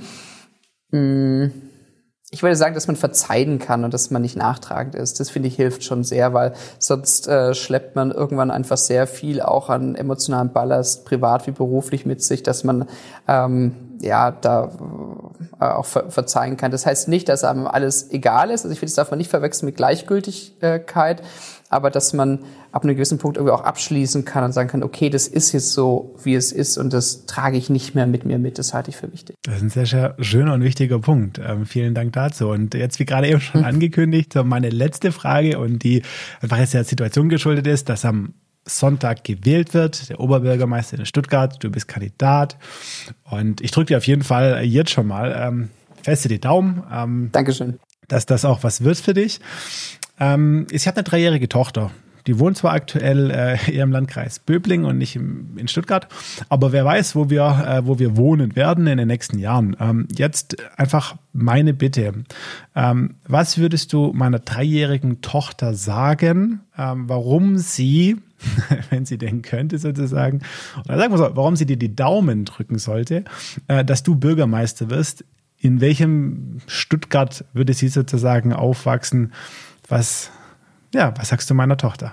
Hm. Ich würde sagen, dass man verzeihen kann und dass man nicht nachtragend ist. Das, finde ich, hilft schon sehr, weil sonst äh, schleppt man irgendwann einfach sehr viel auch an emotionalen Ballast, privat wie beruflich mit sich, dass man ähm, ja da äh, auch ver- verzeihen kann. Das heißt nicht, dass einem alles egal ist. Also ich finde, das darf man nicht verwechseln mit Gleichgültigkeit, aber dass man ab einem gewissen Punkt irgendwie auch abschließen kann und sagen kann, okay, das ist jetzt so, wie es ist und das trage ich nicht mehr mit mir mit. Das halte ich für wichtig. Das ist ein sehr, sehr schöner und wichtiger Punkt. Ähm, vielen Dank dazu. Und jetzt, wie gerade eben schon hm. angekündigt, meine letzte Frage und die einfach jetzt der Situation geschuldet ist, dass am Sonntag gewählt wird, der Oberbürgermeister in Stuttgart, du bist Kandidat und ich drücke dir auf jeden Fall jetzt schon mal ähm, feste die Daumen. Ähm, Dankeschön. Dass das auch was wird für dich. Ähm, ich habe eine dreijährige Tochter. Die wohnt zwar aktuell äh, eher im Landkreis Böblingen und nicht im, in Stuttgart, aber wer weiß, wo wir, äh, wo wir wohnen werden in den nächsten Jahren. Ähm, jetzt einfach meine Bitte. Ähm, was würdest du meiner dreijährigen Tochter sagen, ähm, warum sie, wenn sie denn könnte sozusagen, oder sagen wir so, warum sie dir die Daumen drücken sollte, äh, dass du Bürgermeister wirst? In welchem Stuttgart würde sie sozusagen aufwachsen? Was Ja, was sagst du meiner Tochter?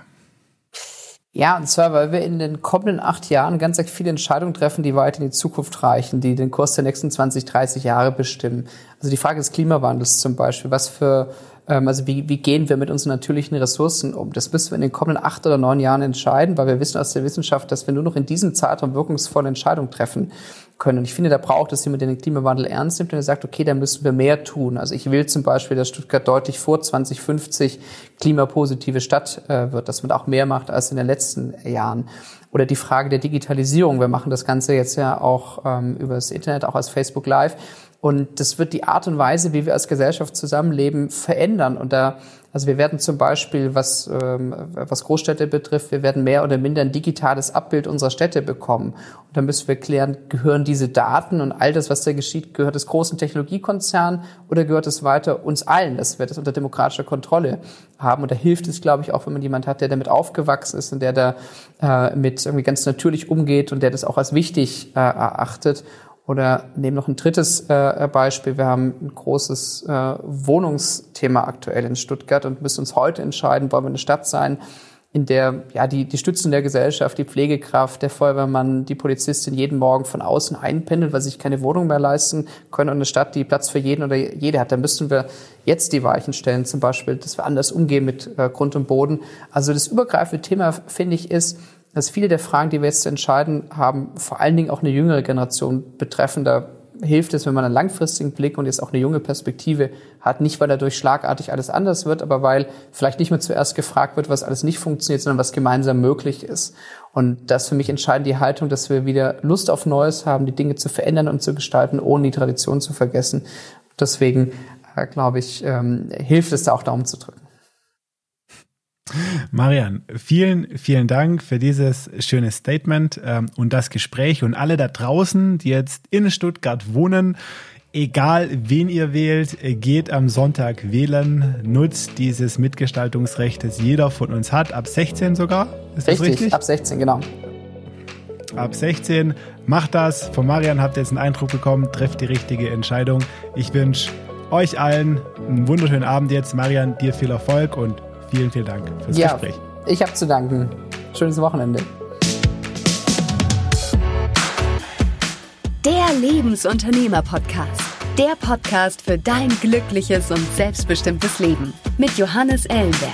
Ja, und zwar, weil wir in den kommenden acht Jahren ganz viele Entscheidungen treffen, die weit in die Zukunft reichen, die den Kurs der nächsten zwanzig, dreißig Jahre bestimmen. Also die Frage des Klimawandels zum Beispiel. Was für Ähm, also wie, wie gehen wir mit unseren natürlichen Ressourcen um? Das müssen wir in den kommenden acht oder neun Jahren entscheiden, weil wir wissen aus der Wissenschaft, dass wir nur noch in diesem Zeitraum wirkungsvolle Entscheidungen treffen können. Und ich finde, da braucht es jemand, der den Klimawandel ernst nimmt und der sagt, okay, da müssen wir mehr tun. Also ich will zum Beispiel, dass Stuttgart deutlich vor zwanzig fünfzig klimapositive Stadt äh, wird, dass man auch mehr macht als in den letzten Jahren. Oder die Frage der Digitalisierung. Wir machen das Ganze jetzt ja auch ähm, über das Internet, auch als Facebook Live. Und das wird die Art und Weise, wie wir als Gesellschaft zusammenleben, verändern. Und da, also wir werden zum Beispiel, was, ähm, was Großstädte betrifft, wir werden mehr oder minder ein digitales Abbild unserer Städte bekommen. Und da müssen wir klären, gehören diese Daten und all das, was da geschieht, gehört es großen Technologiekonzernen oder gehört es weiter uns allen, dass wir das unter demokratischer Kontrolle haben. Und da hilft es, glaube ich, auch, wenn man jemanden hat, der damit aufgewachsen ist und der da äh, mit irgendwie ganz natürlich umgeht und der das auch als wichtig äh, erachtet. Oder nehmen noch ein drittes äh, Beispiel. Wir haben ein großes äh, Wohnungsthema aktuell in Stuttgart und müssen uns heute entscheiden, wollen wir eine Stadt sein, in der ja die die Stützen der Gesellschaft, die Pflegekraft, der Feuerwehrmann, die Polizistin jeden Morgen von außen einpendelt, weil sie sich keine Wohnung mehr leisten können und eine Stadt, die Platz für jeden oder jede hat. Da müssen wir jetzt die Weichen stellen, zum Beispiel, dass wir anders umgehen mit äh, Grund und Boden. Also das übergreifende Thema, finde ich, ist, dass viele der Fragen, die wir jetzt zu entscheiden haben, vor allen Dingen auch eine jüngere Generation betreffen. Da hilft es, wenn man einen langfristigen Blick und jetzt auch eine junge Perspektive hat. Nicht, weil dadurch schlagartig alles anders wird, aber weil vielleicht nicht mehr zuerst gefragt wird, was alles nicht funktioniert, sondern was gemeinsam möglich ist. Und das für mich entscheidend die Haltung, dass wir wieder Lust auf Neues haben, die Dinge zu verändern und zu gestalten, ohne die Tradition zu vergessen. Deswegen, äh, glaube ich, ähm, hilft es da auch Daumen zu drücken. Marian, vielen, vielen Dank für dieses schöne Statement ähm, und das Gespräch und alle da draußen, die jetzt in Stuttgart wohnen, egal wen ihr wählt, geht am Sonntag wählen, nutzt dieses Mitgestaltungsrecht, das jeder von uns hat, ab sechzehn sogar, ist das richtig? Richtig, ab sechzehn, genau. Ab sechzehn, macht das, von Marian habt ihr jetzt einen Eindruck bekommen, trefft die richtige Entscheidung. Ich wünsche euch allen einen wunderschönen Abend jetzt, Marian, dir viel Erfolg und vielen, vielen Dank fürs ja, Gespräch. Ich habe zu danken. Schönes Wochenende. Der Lebensunternehmer-Podcast. Der Podcast für dein glückliches und selbstbestimmtes Leben. Mit Johannes Ellenberg.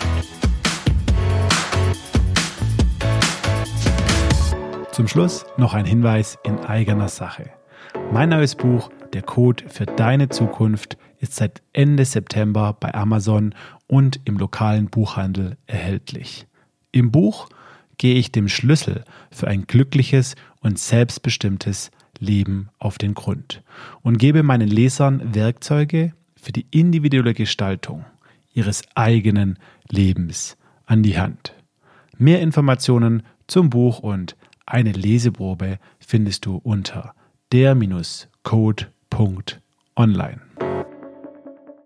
Zum Schluss noch ein Hinweis in eigener Sache. Mein neues Buch, Der Code für deine Zukunft, ist seit Ende September bei Amazon und im lokalen Buchhandel erhältlich. Im Buch gehe ich dem Schlüssel für ein glückliches und selbstbestimmtes Leben auf den Grund und gebe meinen Lesern Werkzeuge für die individuelle Gestaltung ihres eigenen Lebens an die Hand. Mehr Informationen zum Buch und eine Leseprobe findest du unter der Bindestrich code Punkt online.